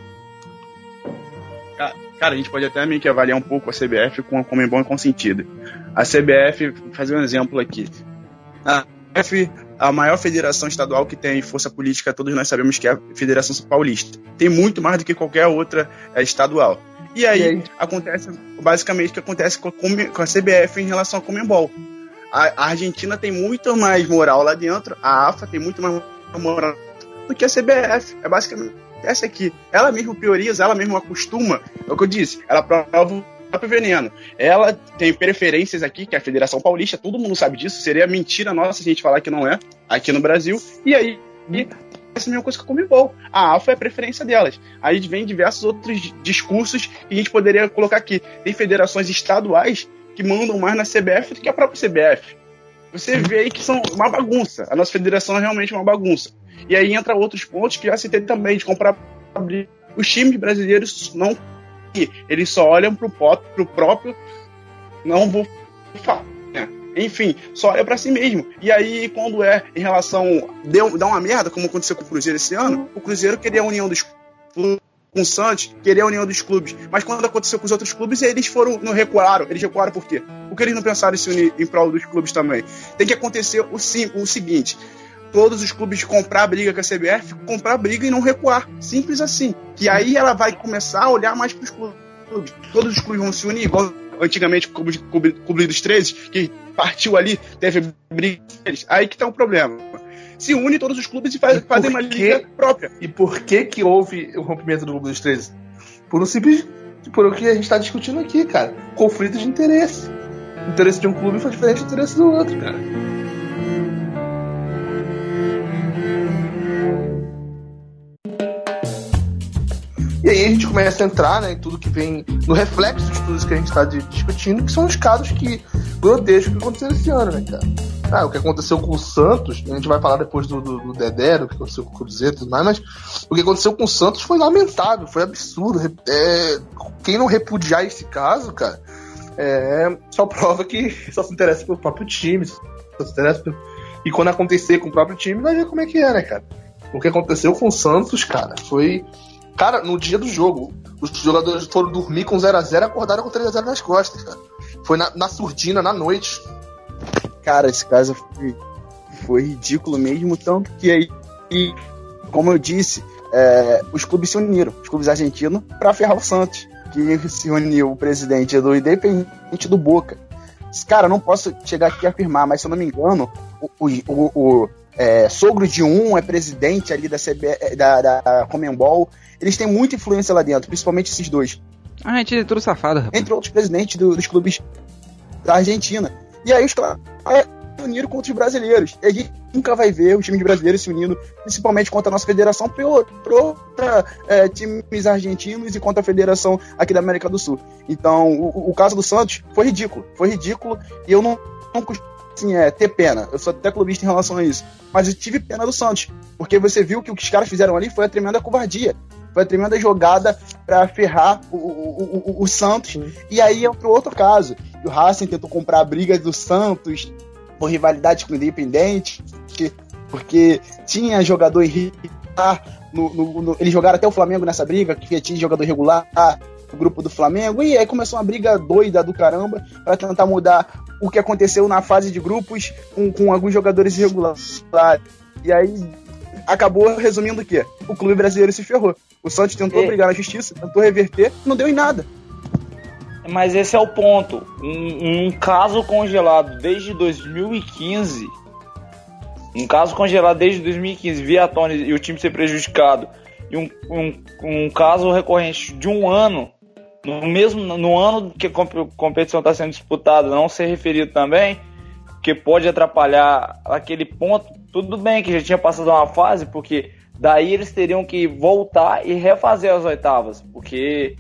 Cara, a gente pode até meio que avaliar um pouco a CBF com a Conmebol e consentida. A CBF, fazer um exemplo aqui. A CBF, a maior federação estadual que tem força política, todos nós sabemos que é a Federação Paulista. Tem muito mais do que qualquer outra estadual. E aí acontece basicamente o que acontece com a CBF em relação à Conmebol. A Argentina tem muito mais moral lá dentro, a AFA tem muito mais moral do que a CBF. É basicamente essa aqui. Ela mesma prioriza, ela mesma acostuma. É o que eu disse, ela prova o próprio veneno. Ela tem preferências aqui, que é a Federação Paulista, todo mundo sabe disso. Seria mentira nossa se a gente falar que não é, aqui no Brasil. E aí, essa é a mesma coisa que a Conmebol. A AFA é a preferência delas. Aí vem diversos outros discursos que a gente poderia colocar aqui. Tem federações estaduais que mandam mais na CBF do que a própria CBF. Você vê aí que são uma bagunça. A nossa federação é realmente uma bagunça. E aí entra outros pontos que já citei também, de comprar. Os times brasileiros não. Eles só olham pro próprio. Não vou falar. Enfim, só olha pra si mesmo. E aí, quando em relação. Dá uma merda, como aconteceu com o Cruzeiro esse ano, o Cruzeiro queria a união dos clubes. Com o Santos, queria a união dos clubes. Mas quando aconteceu com os outros clubes, eles não recuaram. Eles recuaram por quê? Porque eles não pensaram em se unir em prol dos clubes também. Tem que acontecer o seguinte: todos os clubes comprar briga com a CBF, comprar briga e não recuar. Simples assim. Que aí ela vai começar a olhar mais pros clubes. Todos os clubes vão se unir, igual antigamente o Clube dos 13, que partiu ali, teve briga com eles. Aí que tá o problema. Se une todos os clubes e fazem uma liga própria. E por que houve o rompimento do Clube dos 13? Por o que a gente está discutindo aqui, cara. Conflito de interesse. O interesse de um clube foi diferente do interesse do outro, cara. E aí a gente começa a entrar, né, em tudo que vem no reflexo de tudo isso que a gente está discutindo, que são os casos grotescos que aconteceram esse ano, né, cara? O que aconteceu com o Santos, a gente vai falar depois do Dedé, do que aconteceu com o Cruzeiro e tudo mais, mas o que aconteceu com o Santos foi lamentável, foi absurdo. Quem não repudiar esse caso, cara, só prova que só se interessa pelo próprio time, só se interessa e quando acontecer com o próprio time, vai ver como é que é, né, cara? O que aconteceu com o Santos, cara, foi... Cara, no dia do jogo, os jogadores foram dormir com 0x0 e acordaram com 3x0 nas costas, cara. Foi na surdina, na noite. Cara, esse caso foi ridículo mesmo, tanto que aí, como eu disse, os clubes se uniram, os clubes argentinos, pra ferrar o Santos, que se uniu o presidente do Independente do Boca. Cara, não posso chegar aqui a afirmar, mas se eu não me engano, o sogro de um é presidente ali da Conmebol. Eles têm muita influência lá dentro, principalmente esses dois. A gente é tudo safado, rapaz. Entre outros presidentes dos clubes da Argentina. E aí os caras se uniram contra os brasileiros. E a gente nunca vai ver os times brasileiros se unindo, principalmente contra a nossa federação, contra times argentinos e contra a federação aqui da América do Sul. Então, o caso do Santos foi ridículo. E eu não costumo ter pena. Eu sou até clubista em relação a isso. Mas eu tive pena do Santos. Porque você viu que o que os caras fizeram ali foi a tremenda covardia. Foi a tremenda jogada pra ferrar o Santos. E aí entrou outro caso. O Racing tentou comprar a briga do Santos por rivalidade com o Independente, porque tinha jogador irregular. Eles jogaram até o Flamengo nessa briga, que tinha jogador irregular no grupo do Flamengo. E aí começou uma briga doida do caramba pra tentar mudar o que aconteceu na fase de grupos com alguns jogadores irregulares. E aí acabou resumindo o quê? O clube brasileiro se ferrou. O Santos tentou brigar na justiça, tentou reverter, não deu em nada. Mas esse é o ponto. Um caso congelado desde 2015. Um caso congelado desde 2015, via tona e o time ser prejudicado. E um caso recorrente de um ano, no ano que a competição está sendo disputada, não ser referido também, que pode atrapalhar aquele ponto. Tudo bem que já tinha passado uma fase, porque daí eles teriam que voltar e refazer as oitavas, porque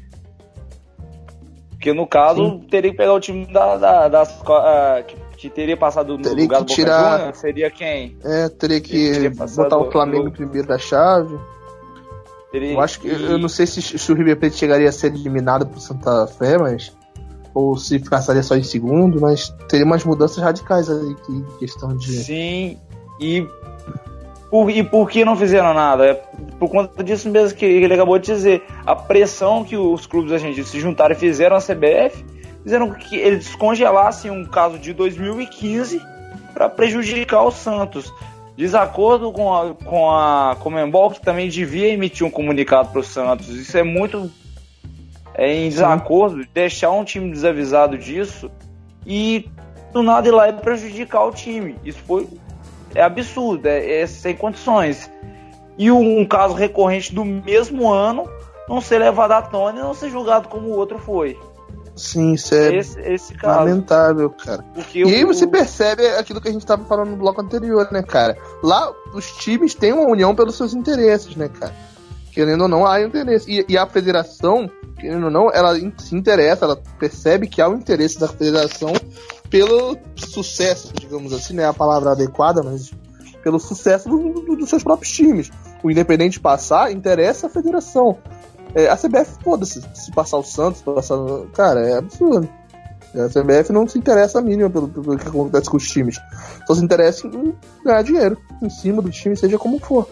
no caso teria que pegar o time que teria passado no teria lugar do Boca Juniors, seria quem? Teria que botar o Flamengo primeiro da chave. Eu acho que eu não sei se o River Plate chegaria a ser eliminado por Santa Fé, mas ou se ficaria só em segundo, mas teria umas mudanças radicais ali, que questão de... Sim, e por que não fizeram nada? É por conta disso mesmo que ele acabou de dizer. A pressão que os clubes argentinos se juntaram e fizeram a CBF, fizeram que eles descongelassem um caso de 2015 para prejudicar o Santos. Desacordo com a Conmebol, que também devia emitir um comunicado para o Santos. Isso é muito em desacordo, deixar um time desavisado disso e do nada ir lá e prejudicar o time. Isso é absurdo, é sem condições. E um caso recorrente do mesmo ano não ser levado à tona e não ser julgado como o outro foi. Sim, isso é esse caso. Lamentável, cara. Porque e aí você percebe aquilo que a gente estava falando no bloco anterior, né, cara? Lá os times têm uma união pelos seus interesses, né, cara? Querendo ou não, há interesse. E a federação, querendo ou não, ela se interessa, ela percebe que há um interesse da federação pelo sucesso, digamos assim, não é a palavra adequada, mas pelo sucesso dos seus próprios times. O Independente passar, interessa a federação. A CBF, foda-se, se passar o Santos, cara, é absurdo. A CBF não se interessa a mínima pelo que acontece com os times. Só se interessa em ganhar dinheiro em cima do time, seja como for.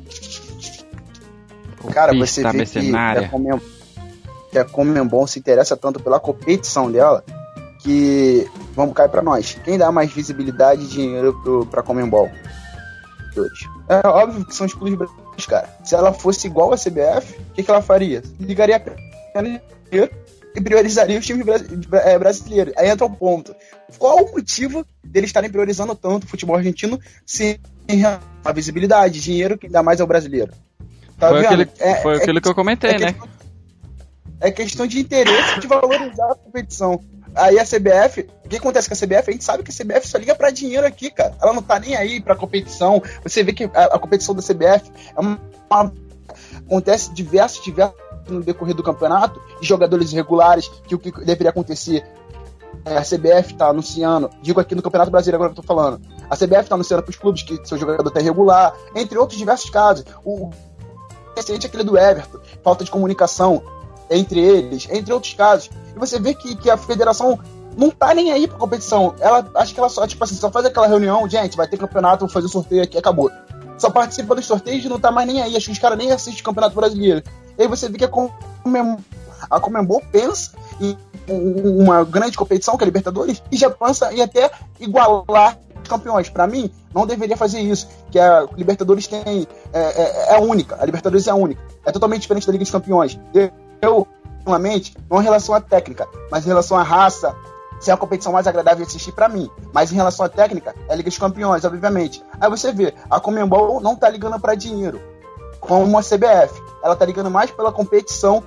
Cara, você vê que a Conmebol se interessa tanto pela competição dela, que vamos cair pra nós. Quem dá mais visibilidade e dinheiro pra Conmebol? É óbvio que são os clubes brasileiros, cara. Se ela fosse igual a CBF, o que ela faria? Ligaria apenas dinheiro e priorizaria os times brasileiros. Aí entra o ponto. Qual o motivo deles estarem priorizando tanto o futebol argentino se a visibilidade, dinheiro que dá mais ao brasileiro? Tá vendo? Foi aquilo que eu comentei, né? É questão de interesse de valorizar a competição. Aí a CBF, o que acontece com a CBF? A gente sabe que a CBF só liga pra dinheiro aqui, cara. Ela não tá nem aí pra competição. Você vê que a competição da CBF acontece diversos no decorrer do campeonato, de jogadores irregulares, que o que deveria acontecer. A CBF está anunciando, digo aqui no Campeonato Brasileiro agora que eu tô falando, a CBF está anunciando para os clubes que seu jogador está irregular, entre outros diversos casos. O recente é aquele do Everton, falta de comunicação entre eles, entre outros casos. E você vê que a federação não tá nem aí pra competição. Acho que ela só, tipo assim, só faz aquela reunião, gente, vai ter campeonato, vou fazer sorteio aqui, acabou. Só participa dos sorteios e não tá mais nem aí. Acho que os caras nem assistem o Campeonato Brasileiro. E aí você vê que a Conmebol pensa em uma grande competição, que é a Libertadores, e já pensa em até igualar os campeões. Pra mim, não deveria fazer isso, que a Libertadores é única. A Libertadores é única. É totalmente diferente da Liga dos Campeões. Eu particularmente, não em relação à técnica, mas em relação à raça, se é a competição mais agradável de assistir pra mim. Mas em relação à técnica, é a Liga dos Campeões, obviamente. Aí você vê, a Conmebol não tá ligando pra dinheiro, como a CBF. Ela tá ligando mais pela competição,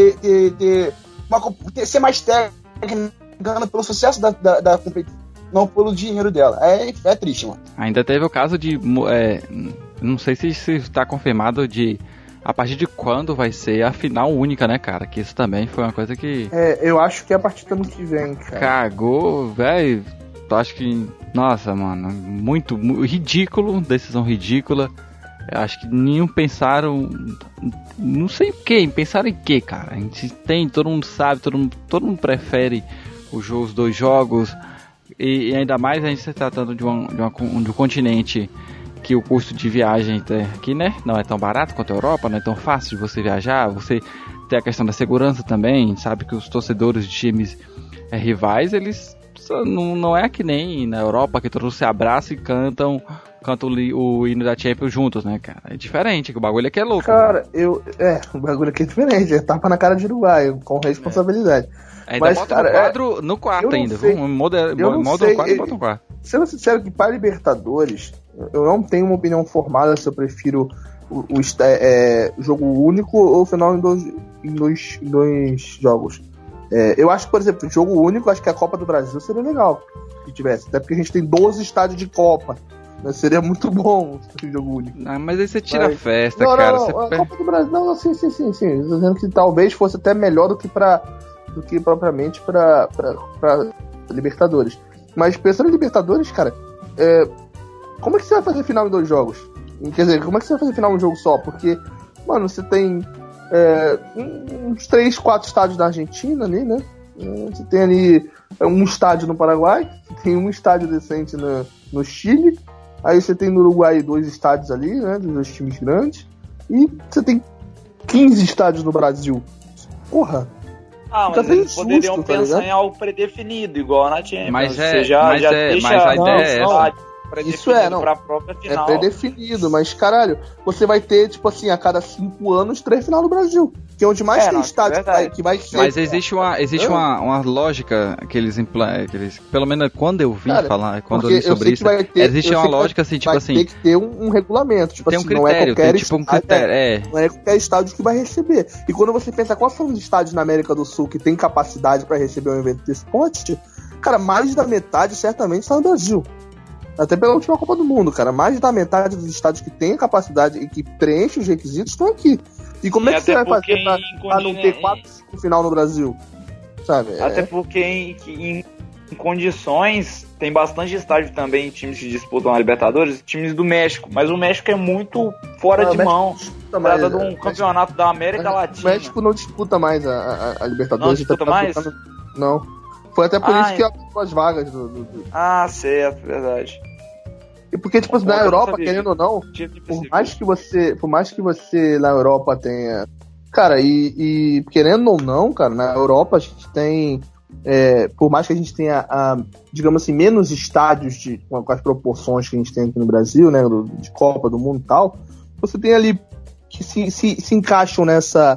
ser mais técnica, ligando pelo sucesso da competição, não pelo dinheiro dela. É triste, mano. Ainda teve o caso de, não sei se está confirmado, de a partir de quando vai ser a final única, né, cara? Que isso também foi uma coisa que... eu acho que é a partir do ano que vem, cara. Cagou, velho. Acho que... Nossa, mano. Muito ridículo. Decisão ridícula. Eu acho que nenhum pensaram... Não sei o que. Pensaram em que, cara? A gente tem... Todo mundo sabe. Todo mundo prefere os dois jogos. E ainda mais a gente se tratando de um continente... que o custo de viagem aqui, né, não é tão barato quanto a Europa, não é tão fácil de você viajar, você tem a questão da segurança também, sabe que os torcedores de times rivais, eles não é que nem na Europa, que todos se abraçam e cantam o hino da Champions juntos, né, cara, é diferente, que o bagulho aqui é louco. Cara, o bagulho aqui é diferente, é tapa na cara de Uruguai, com responsabilidade. Ainda mas, bota cara, no quarto ainda, moda no quadro e bota no quarto. Sendo sincero que para Libertadores, eu não tenho uma opinião formada se eu prefiro o jogo único ou final em dois jogos. Eu acho que, por exemplo, jogo único, acho que a Copa do Brasil seria legal se tivesse, até porque a gente tem 12 estádios de Copa. Seria muito bom o jogo único. Mas aí você tira a festa, cara. Não, a Copa do Brasil, não, sim. Estou dizendo que talvez fosse até melhor do que propriamente para Libertadores. Mas pensando em Libertadores, cara, como é que você vai fazer final em 2 jogos? Quer dizer, como é que você vai fazer final em um jogo só? Porque, mano, você tem uns 3, 4 estádios da Argentina ali, né? Você tem ali um estádio no Paraguai, tem um estádio decente no Chile, aí você tem no Uruguai 2 estádios ali, né? Dos 2 times grandes, e você tem 15 estádios no Brasil. Porra! Mas eles poderiam pensar em algo predefinido, igual na Champions. Mas a ideia é essa. Isso pra própria final. É predefinido, mas caralho, você vai ter, tipo assim, a cada 5 anos 3 final no Brasil. Que é onde mais tem estádio que vai ser. Mas existe uma lógica que eles pelo menos quando eu vi falar, quando eu li sobre isso, existe uma lógica assim, tipo assim. Tem que ter um regulamento, tipo tem assim, um critério, não é tipo um critério, não é qualquer estádio que vai receber. E quando você pensa quais são os estádios na América do Sul que tem capacidade para receber um evento desse porte, cara, mais da metade certamente está no Brasil. Até pela última Copa do Mundo, cara. Mais da metade dos estádios que tem a capacidade e que preenchem os requisitos estão aqui. E como é que você vai fazer pra não ter 4 final no Brasil? Sabe? Até porque em condições tem bastante estádio também, times que disputam a Libertadores, times do México. Mas o México é muito fora de mão. Trata de um campeonato da América Latina. O México não disputa mais a Libertadores. Não disputa mais? Não. Foi até por isso que abriu as vagas certo, verdade. E porque, tipo, na Europa, querendo ou não, por mais que você na Europa tenha... Cara, e querendo ou não, cara, na Europa a gente tem... por mais que a gente tenha, digamos assim, menos estádios com as proporções que a gente tem aqui no Brasil, né, de Copa do Mundo e tal, você tem ali que se encaixam nessa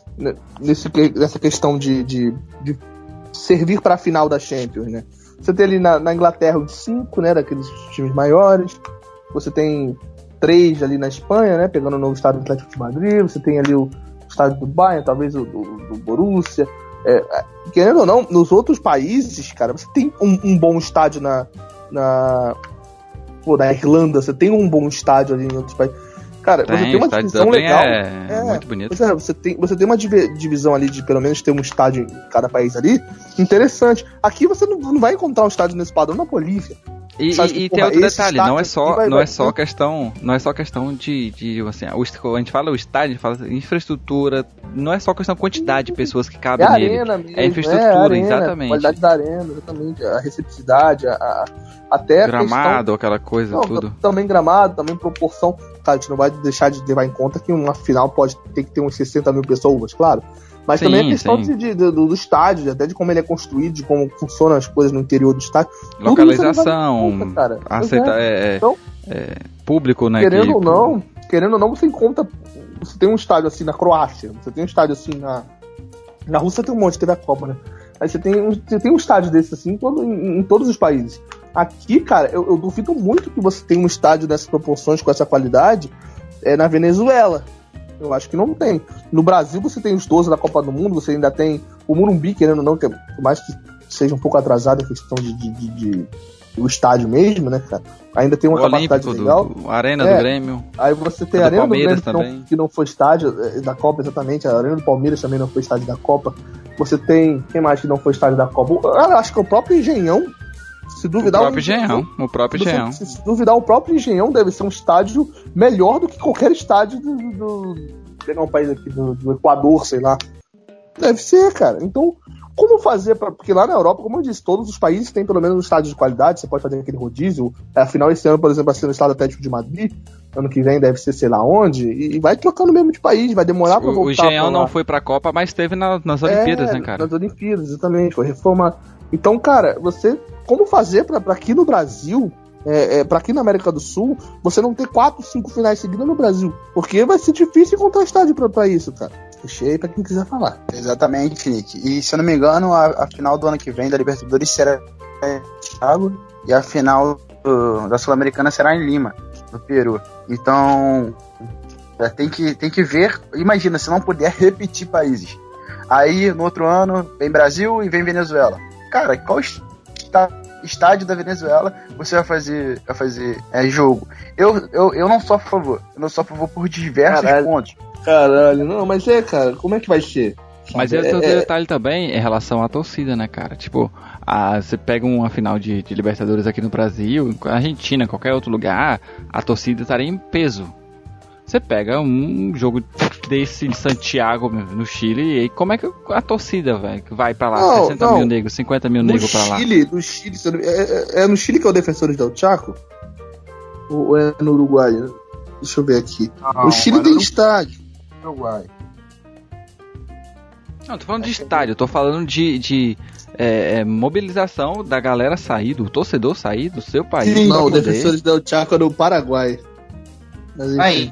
questão de servir para a final da Champions, né? Você tem ali na Inglaterra os 5, né, daqueles times maiores. Você tem 3 ali na Espanha, né, pegando o novo estádio do Atlético de Madrid. Você tem ali o estádio do Bayern, talvez o do Borussia. Querendo ou não, nos outros países, cara, você tem um bom estádio na Irlanda. Você tem um bom estádio ali em outros países. Cara, você tem uma divisão legal. É muito bonito. Pois é, você tem uma divisão ali de pelo menos ter um estádio em cada país ali, interessante. Aqui você não vai encontrar um estádio nesse padrão na Bolívia. E tem outro detalhe, não é só questão de assim, a gente fala o estádio, a gente fala infraestrutura, não é só questão de quantidade de pessoas que cabem nele. Mesmo, é infraestrutura, exatamente. A qualidade da arena, exatamente, a receptividade, até gramado, aquela coisa, tudo. Também gramado, também proporção. Cara, a gente não vai deixar de levar em conta que uma final pode ter que ter uns 60 mil pessoas, claro. Mas sim, também a questão do estádio, até de como ele é construído, de como funcionam as coisas no interior do estádio. Localização, público, né? Querendo ou não, você encontra. Você tem um estádio assim na Croácia, você tem um estádio assim na Rússia, tem um monte, teve a Copa, né? Aí você tem um estádio desse assim em todos os países. Aqui, cara, eu duvido muito que você tenha um estádio dessas proporções, com essa qualidade, na Venezuela. Eu acho que não tem. No Brasil você tem os 12 da Copa do Mundo, você ainda tem o Morumbi, querendo ou não, que por mais que seja um pouco atrasado a questão do estádio mesmo, né, cara? Ainda tem uma capacidade legal. A Arena do Grêmio. Aí você tem a Arena do Grêmio que não foi estádio da Copa, exatamente. A Arena do Palmeiras também não foi estádio da Copa. Você tem... Quem mais que não foi estádio da Copa? Eu acho que o próprio Engenhão, se duvidar... O próprio Engenhão. Se duvidar, o próprio Engenhão deve ser um estádio melhor do que qualquer estádio pegar um país aqui do Equador, sei lá. Deve ser, cara. Então, como fazer porque lá na Europa, como eu disse, todos os países têm pelo menos um estádio de qualidade, você pode fazer aquele rodízio. Afinal, esse ano, por exemplo, vai ser no Estádio Atlético de Madrid, ano que vem deve ser sei lá onde, e vai trocando mesmo de país, vai demorar pra voltar. O Engenhão não foi pra Copa, mas esteve nas Olimpíadas, né, cara? Nas Olimpíadas, exatamente, foi reformado. Então, cara, como fazer pra aqui no Brasil, pra aqui na América do Sul, você não ter 4, 5 finais seguidas no Brasil? Porque vai ser difícil encontrar estádio pra isso, cara. Deixei pra quem quiser falar. Exatamente, Nick. E se eu não me engano, a final do ano que vem da Libertadores será em Thiago, e a final da Sul-Americana será em Lima, no Peru. Então, tem que ver. Imagina, se não puder repetir países. Aí, no outro ano, vem Brasil e vem Venezuela. Cara, qual estádio da Venezuela você vai fazer jogo? Eu não sou a favor. Eu não sou a favor por diversos pontos. Caralho, não, mas cara, como é que vai ser? Mas outro detalhe também em relação à torcida, né, cara? Tipo, você pega uma final de Libertadores aqui no Brasil, Argentina, qualquer outro lugar, a torcida estaria em peso. Você pega um jogo desse em Santiago, no Chile, e como é que a torcida, velho, vai pra lá? 60 mil negros, 50 mil negros pra lá. No Chile, é no Chile que é o Defensores del Chaco? Ou é no Uruguai? Deixa eu ver aqui. O Chile tem estádio. Uruguai. Não, tô falando de estádio, tô falando de mobilização da galera sair, do torcedor sair do seu país. Sim, não, o Defensores del Chaco é no Paraguai. Mas, aí,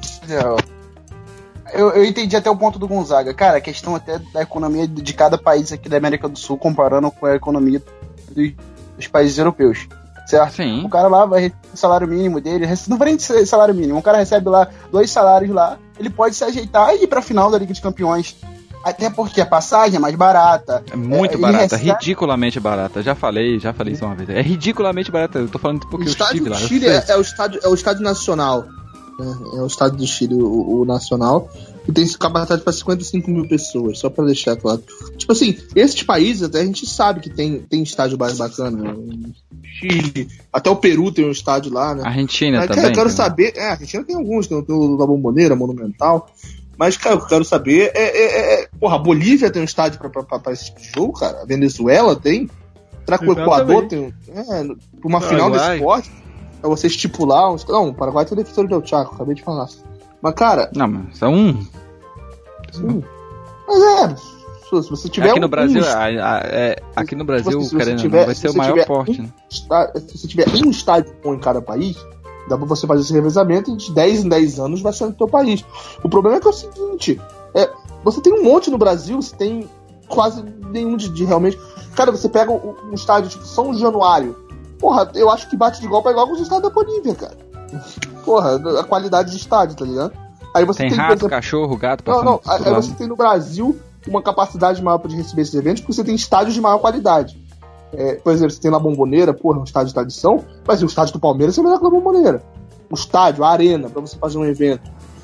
eu entendi até o ponto do Gonzaga. Cara, a questão até da economia de cada país aqui da América do Sul comparando com a economia dos países europeus. Certo? Sim. O cara lá vai receber o salário mínimo dele, não vai nem ser salário mínimo, o cara recebe lá 2 salários lá, ele pode se ajeitar e ir pra final da Liga dos Campeões. Até porque a passagem é mais barata. É muito barata, ridiculamente barata. Já falei isso uma vez. É ridiculamente barata, eu tô falando porque o estádio do Chile é o estádio nacional. É o estádio do Chile, o nacional. E tem capacidade para 55 mil pessoas, só para deixar claro. Tipo assim, esses países até a gente sabe que tem estádio mais bacana. Chile, até o Peru tem um estádio lá, né? Argentina também. Eu quero saber. A Argentina tem alguns, tem o da Bombonera, Monumental. Mas, cara, o que eu quero saber porra, a Bolívia tem um estádio pra esse tipo de jogo, cara. A Venezuela tem. Será que o Equador tem? Pra uma final desse esporte? É você estipular uns. Não, o Paraguai tem o Defensor del Chaco, acabei de falar. Mas, cara. Não, mas é um. Sim. Mas se você tiver. Aqui no Brasil, aqui no Brasil, querendo, vai ser o maior porte, né? Se você tiver um estádio bom em cada país, dá pra você fazer esse revezamento e de 10 em 10 anos vai ser no teu país. O problema é que é o seguinte: você tem um monte no Brasil, você tem quase nenhum de realmente. Cara, você pega um estádio tipo São Januário. Porra, eu acho que bate de igual pra igual com os estádios da Bolívia, cara. Porra, a qualidade de estádio, tá ligado? Aí você tem rato, por exemplo, cachorro, gato, não. Aí você tem no Brasil uma capacidade maior de receber esses eventos porque você tem estádios de maior qualidade. Por exemplo, você tem lá Bombonera, porra, um estádio de tradição, mas o estádio do Palmeiras é melhor que a Bombonera. O estádio, a arena, pra você fazer um evento.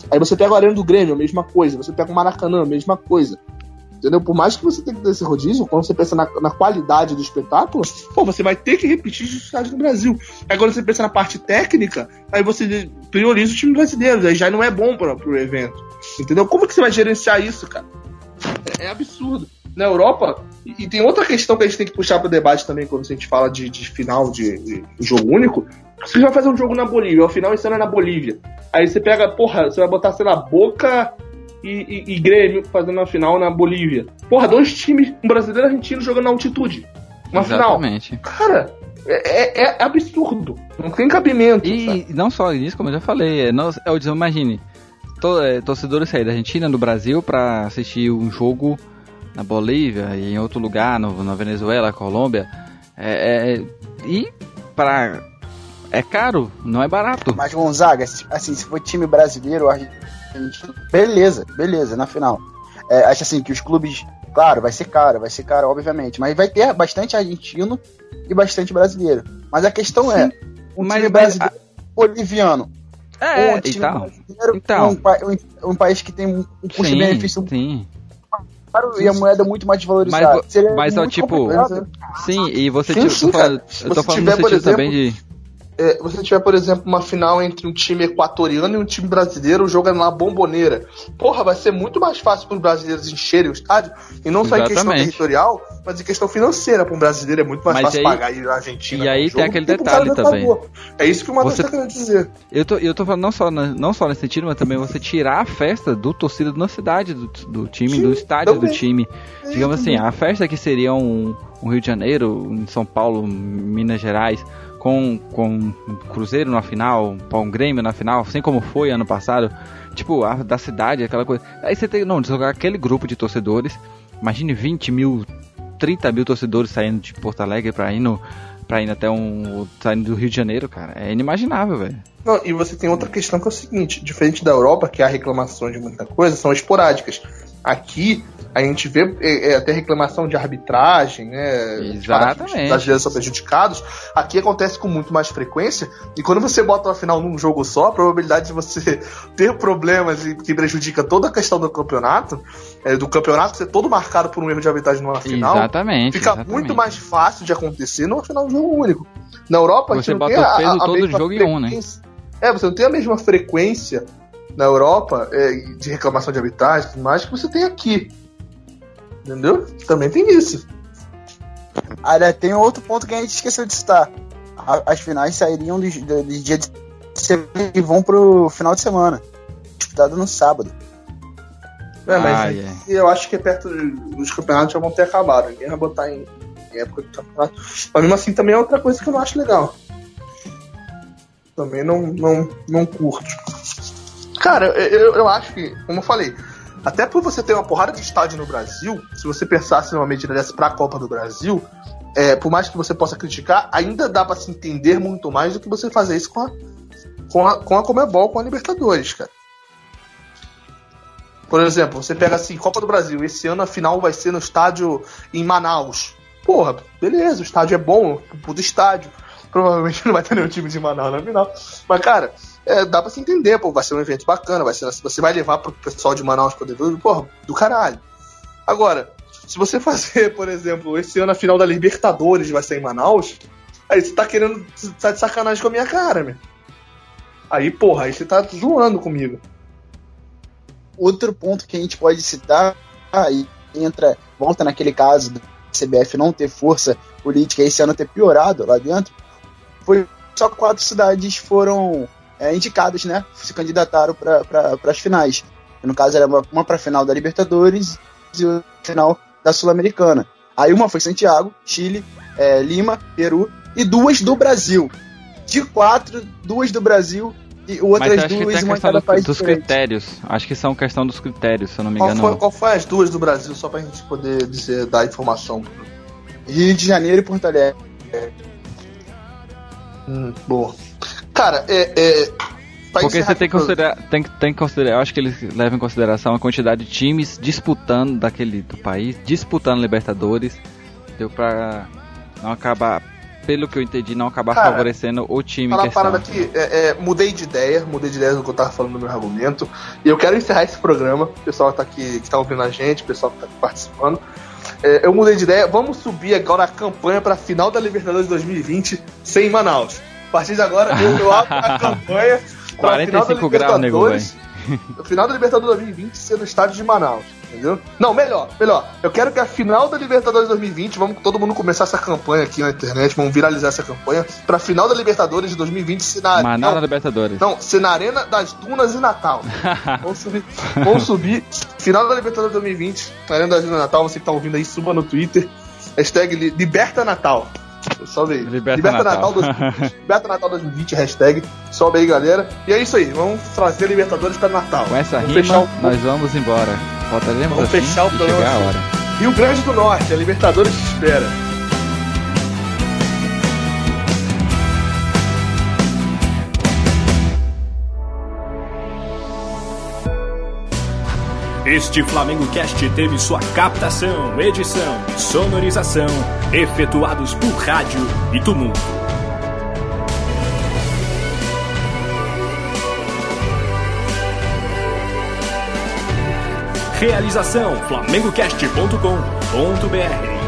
Aí você pega o Arena do Grêmio, a mesma coisa. Você pega o Maracanã, a mesma coisa. Entendeu? Por mais que você tenha que ter esse rodízio, quando você pensa na qualidade do espetáculo, pô, você vai ter que repetir os estádios no Brasil. Aí quando você pensa na parte técnica, aí você prioriza o time brasileiro, aí já não é bom pro evento. Entendeu? Como que você vai gerenciar isso, cara? É absurdo. Na Europa, e tem outra questão que a gente tem que puxar pro debate também quando a gente fala de final de jogo único. Você vai fazer um jogo na Bolívia, o final esse ano é na Bolívia. Aí você pega, porra, você vai botar, sei lá, Boca e Grêmio fazendo uma final na Bolívia. Porra, 2 times, um brasileiro e argentino jogando na altitude. Uma Exatamente. Final. Cara, é absurdo. Não tem cabimento. E sabe? Não só isso, como eu já falei. Imagine, torcedores saírem da Argentina, do Brasil, pra assistir um jogo na Bolívia e em outro lugar, na Venezuela, Colômbia. E para... É caro, não é barato. Mas, Gonzaga, assim, se for time brasileiro, beleza, na final. Acho assim que os clubes, claro, vai ser caro, obviamente. Mas vai ter bastante argentino e bastante brasileiro. Mas a questão time brasileiro boliviano. Um time brasileiro, então, um país que tem um custo-benefício caro e a moeda muito mais valorizada. Mas tipo, sim, e você eu tô falando no sentido também de... você tiver, por exemplo, uma final entre um time equatoriano e um time brasileiro jogando na Bombonera. Porra, vai ser muito mais fácil para os brasileiros encherem o estádio, e não só em questão territorial, mas em questão financeira. Para um brasileiro é muito mais fácil pagar aí na Argentina. E aí tem aquele detalhe também. É isso que o Matheus está querendo dizer. Eu tô falando não só nesse sentido, mas também você tirar a festa do torcida na cidade do time, do estádio também. Do time. Digamos assim, a festa que seria um Rio de Janeiro, em São Paulo, Minas Gerais, com Cruzeiro na final, um Grêmio na final, assim como foi ano passado, tipo, a da cidade, aquela coisa. Aí você tem, jogar aquele grupo de torcedores, imagine 20 mil, 30 mil torcedores saindo de Porto Alegre pra ir até saindo do Rio de Janeiro, cara, é inimaginável, velho. Não, e você tem outra questão que é o seguinte, diferente da Europa, que há reclamações de muita coisa, são esporádicas. Aqui, a gente vê até reclamação de arbitragem, né? Exatamente. Os brasileiros são prejudicados. Aqui acontece com muito mais frequência. E quando você bota uma final num jogo só, a probabilidade de você ter problemas que prejudica toda a questão do campeonato ser todo marcado por um erro de arbitragem numa final, fica muito mais fácil de acontecer numa final de jogo único. Na Europa, você bota o peso todo do jogo em um, né? Você não tem a mesma frequência na Europa de reclamação de arbitragem e tudo mais que você tem aqui. Entendeu? Também tem isso. Tem outro ponto que a gente esqueceu de citar. As finais sairiam do dia de semana e vão pro final de semana, disputado no sábado. Eu acho que perto dos campeonatos já vão ter acabado. Ninguém vai botar em época de campeonato. Mas mesmo assim também é outra coisa que eu não acho legal. Também não curto. Cara, eu acho que, como eu falei, até por você ter uma porrada de estádio no Brasil, se você pensasse numa medida dessa pra Copa do Brasil, por mais que você possa criticar, ainda dá pra se entender muito mais do que você fazer isso com a Conmebol, com a Libertadores, cara. Por exemplo, você pega assim, Copa do Brasil, esse ano a final vai ser no estádio em Manaus. Porra, beleza, o estádio é bom, o puto estádio. Provavelmente não vai ter nenhum time de Manaus na final. Mas, cara, dá pra se entender, pô, vai ser um evento bacana, você vai levar pro pessoal de Manaus poder ver, porra, do caralho. Agora, se você fazer, por exemplo, esse ano a final da Libertadores vai ser em Manaus, aí você tá querendo, tá de sacanagem com a minha cara, meu. Aí, porra, aí você tá zoando comigo. Outro ponto que a gente pode citar, aí volta naquele caso do CBF não ter força política e esse ano ter piorado lá dentro, foi só 4 cidades foram indicadas, né? Se candidataram para as finais. No caso, era uma para a final da Libertadores e outra final da Sul-Americana. Aí uma foi Santiago, Chile, Lima, Peru e 2 do Brasil. De 4, 2 do Brasil e outras 2 em cada país dos diferente. Critérios. Acho que são questão dos critérios, se eu não me engano. Qual foi as 2 do Brasil, só pra gente poder dar informação? Rio de Janeiro e Porto Alegre. Boa. Cara, porque você tem que considerar, eu acho que eles levam em consideração a quantidade de times disputando do país, disputando Libertadores, deu pra não acabar pelo que eu entendi, não acabar favorecendo o time em questão. Parada aqui, mudei de ideia do que eu tava falando no meu argumento, e eu quero encerrar esse programa, o pessoal tá aqui, que tá ouvindo a gente, o pessoal que tá participando, eu mudei de ideia, vamos subir agora a campanha pra final da Libertadores 2020 sem Manaus. A partir de agora, eu abro a campanha pra final da Libertadores, o final da Libertadores 2020 ser no estádio de Manaus. Entendeu? Não, melhor. Eu quero que a final da Libertadores 2020, vamos todo mundo começar essa campanha aqui na internet, vamos viralizar essa campanha, pra final da Libertadores de 2020 ser na Manaus da Libertadores. Não, ser na Arena das Dunas em Natal. Vamos subir. Final da Libertadores 2020, na Arena das Dunas em Natal, você que tá ouvindo aí, suba no Twitter. Hashtag Liberta Natal. Sobe aí. Liberta Natal 2020. Liberta Natal 2020, hashtag. Sobe aí, galera. E é isso aí, vamos trazer Libertadores pra Natal. Com essa rima, nós vamos embora. Voltaremos vamos assim fechar o programa. Chegar a hora. Rio Grande do Norte, a Libertadores te espera. Este Flamengo Cast teve sua captação, edição e sonorização efetuados por Rádio e Tumulto. Realização: flamengocast.com.br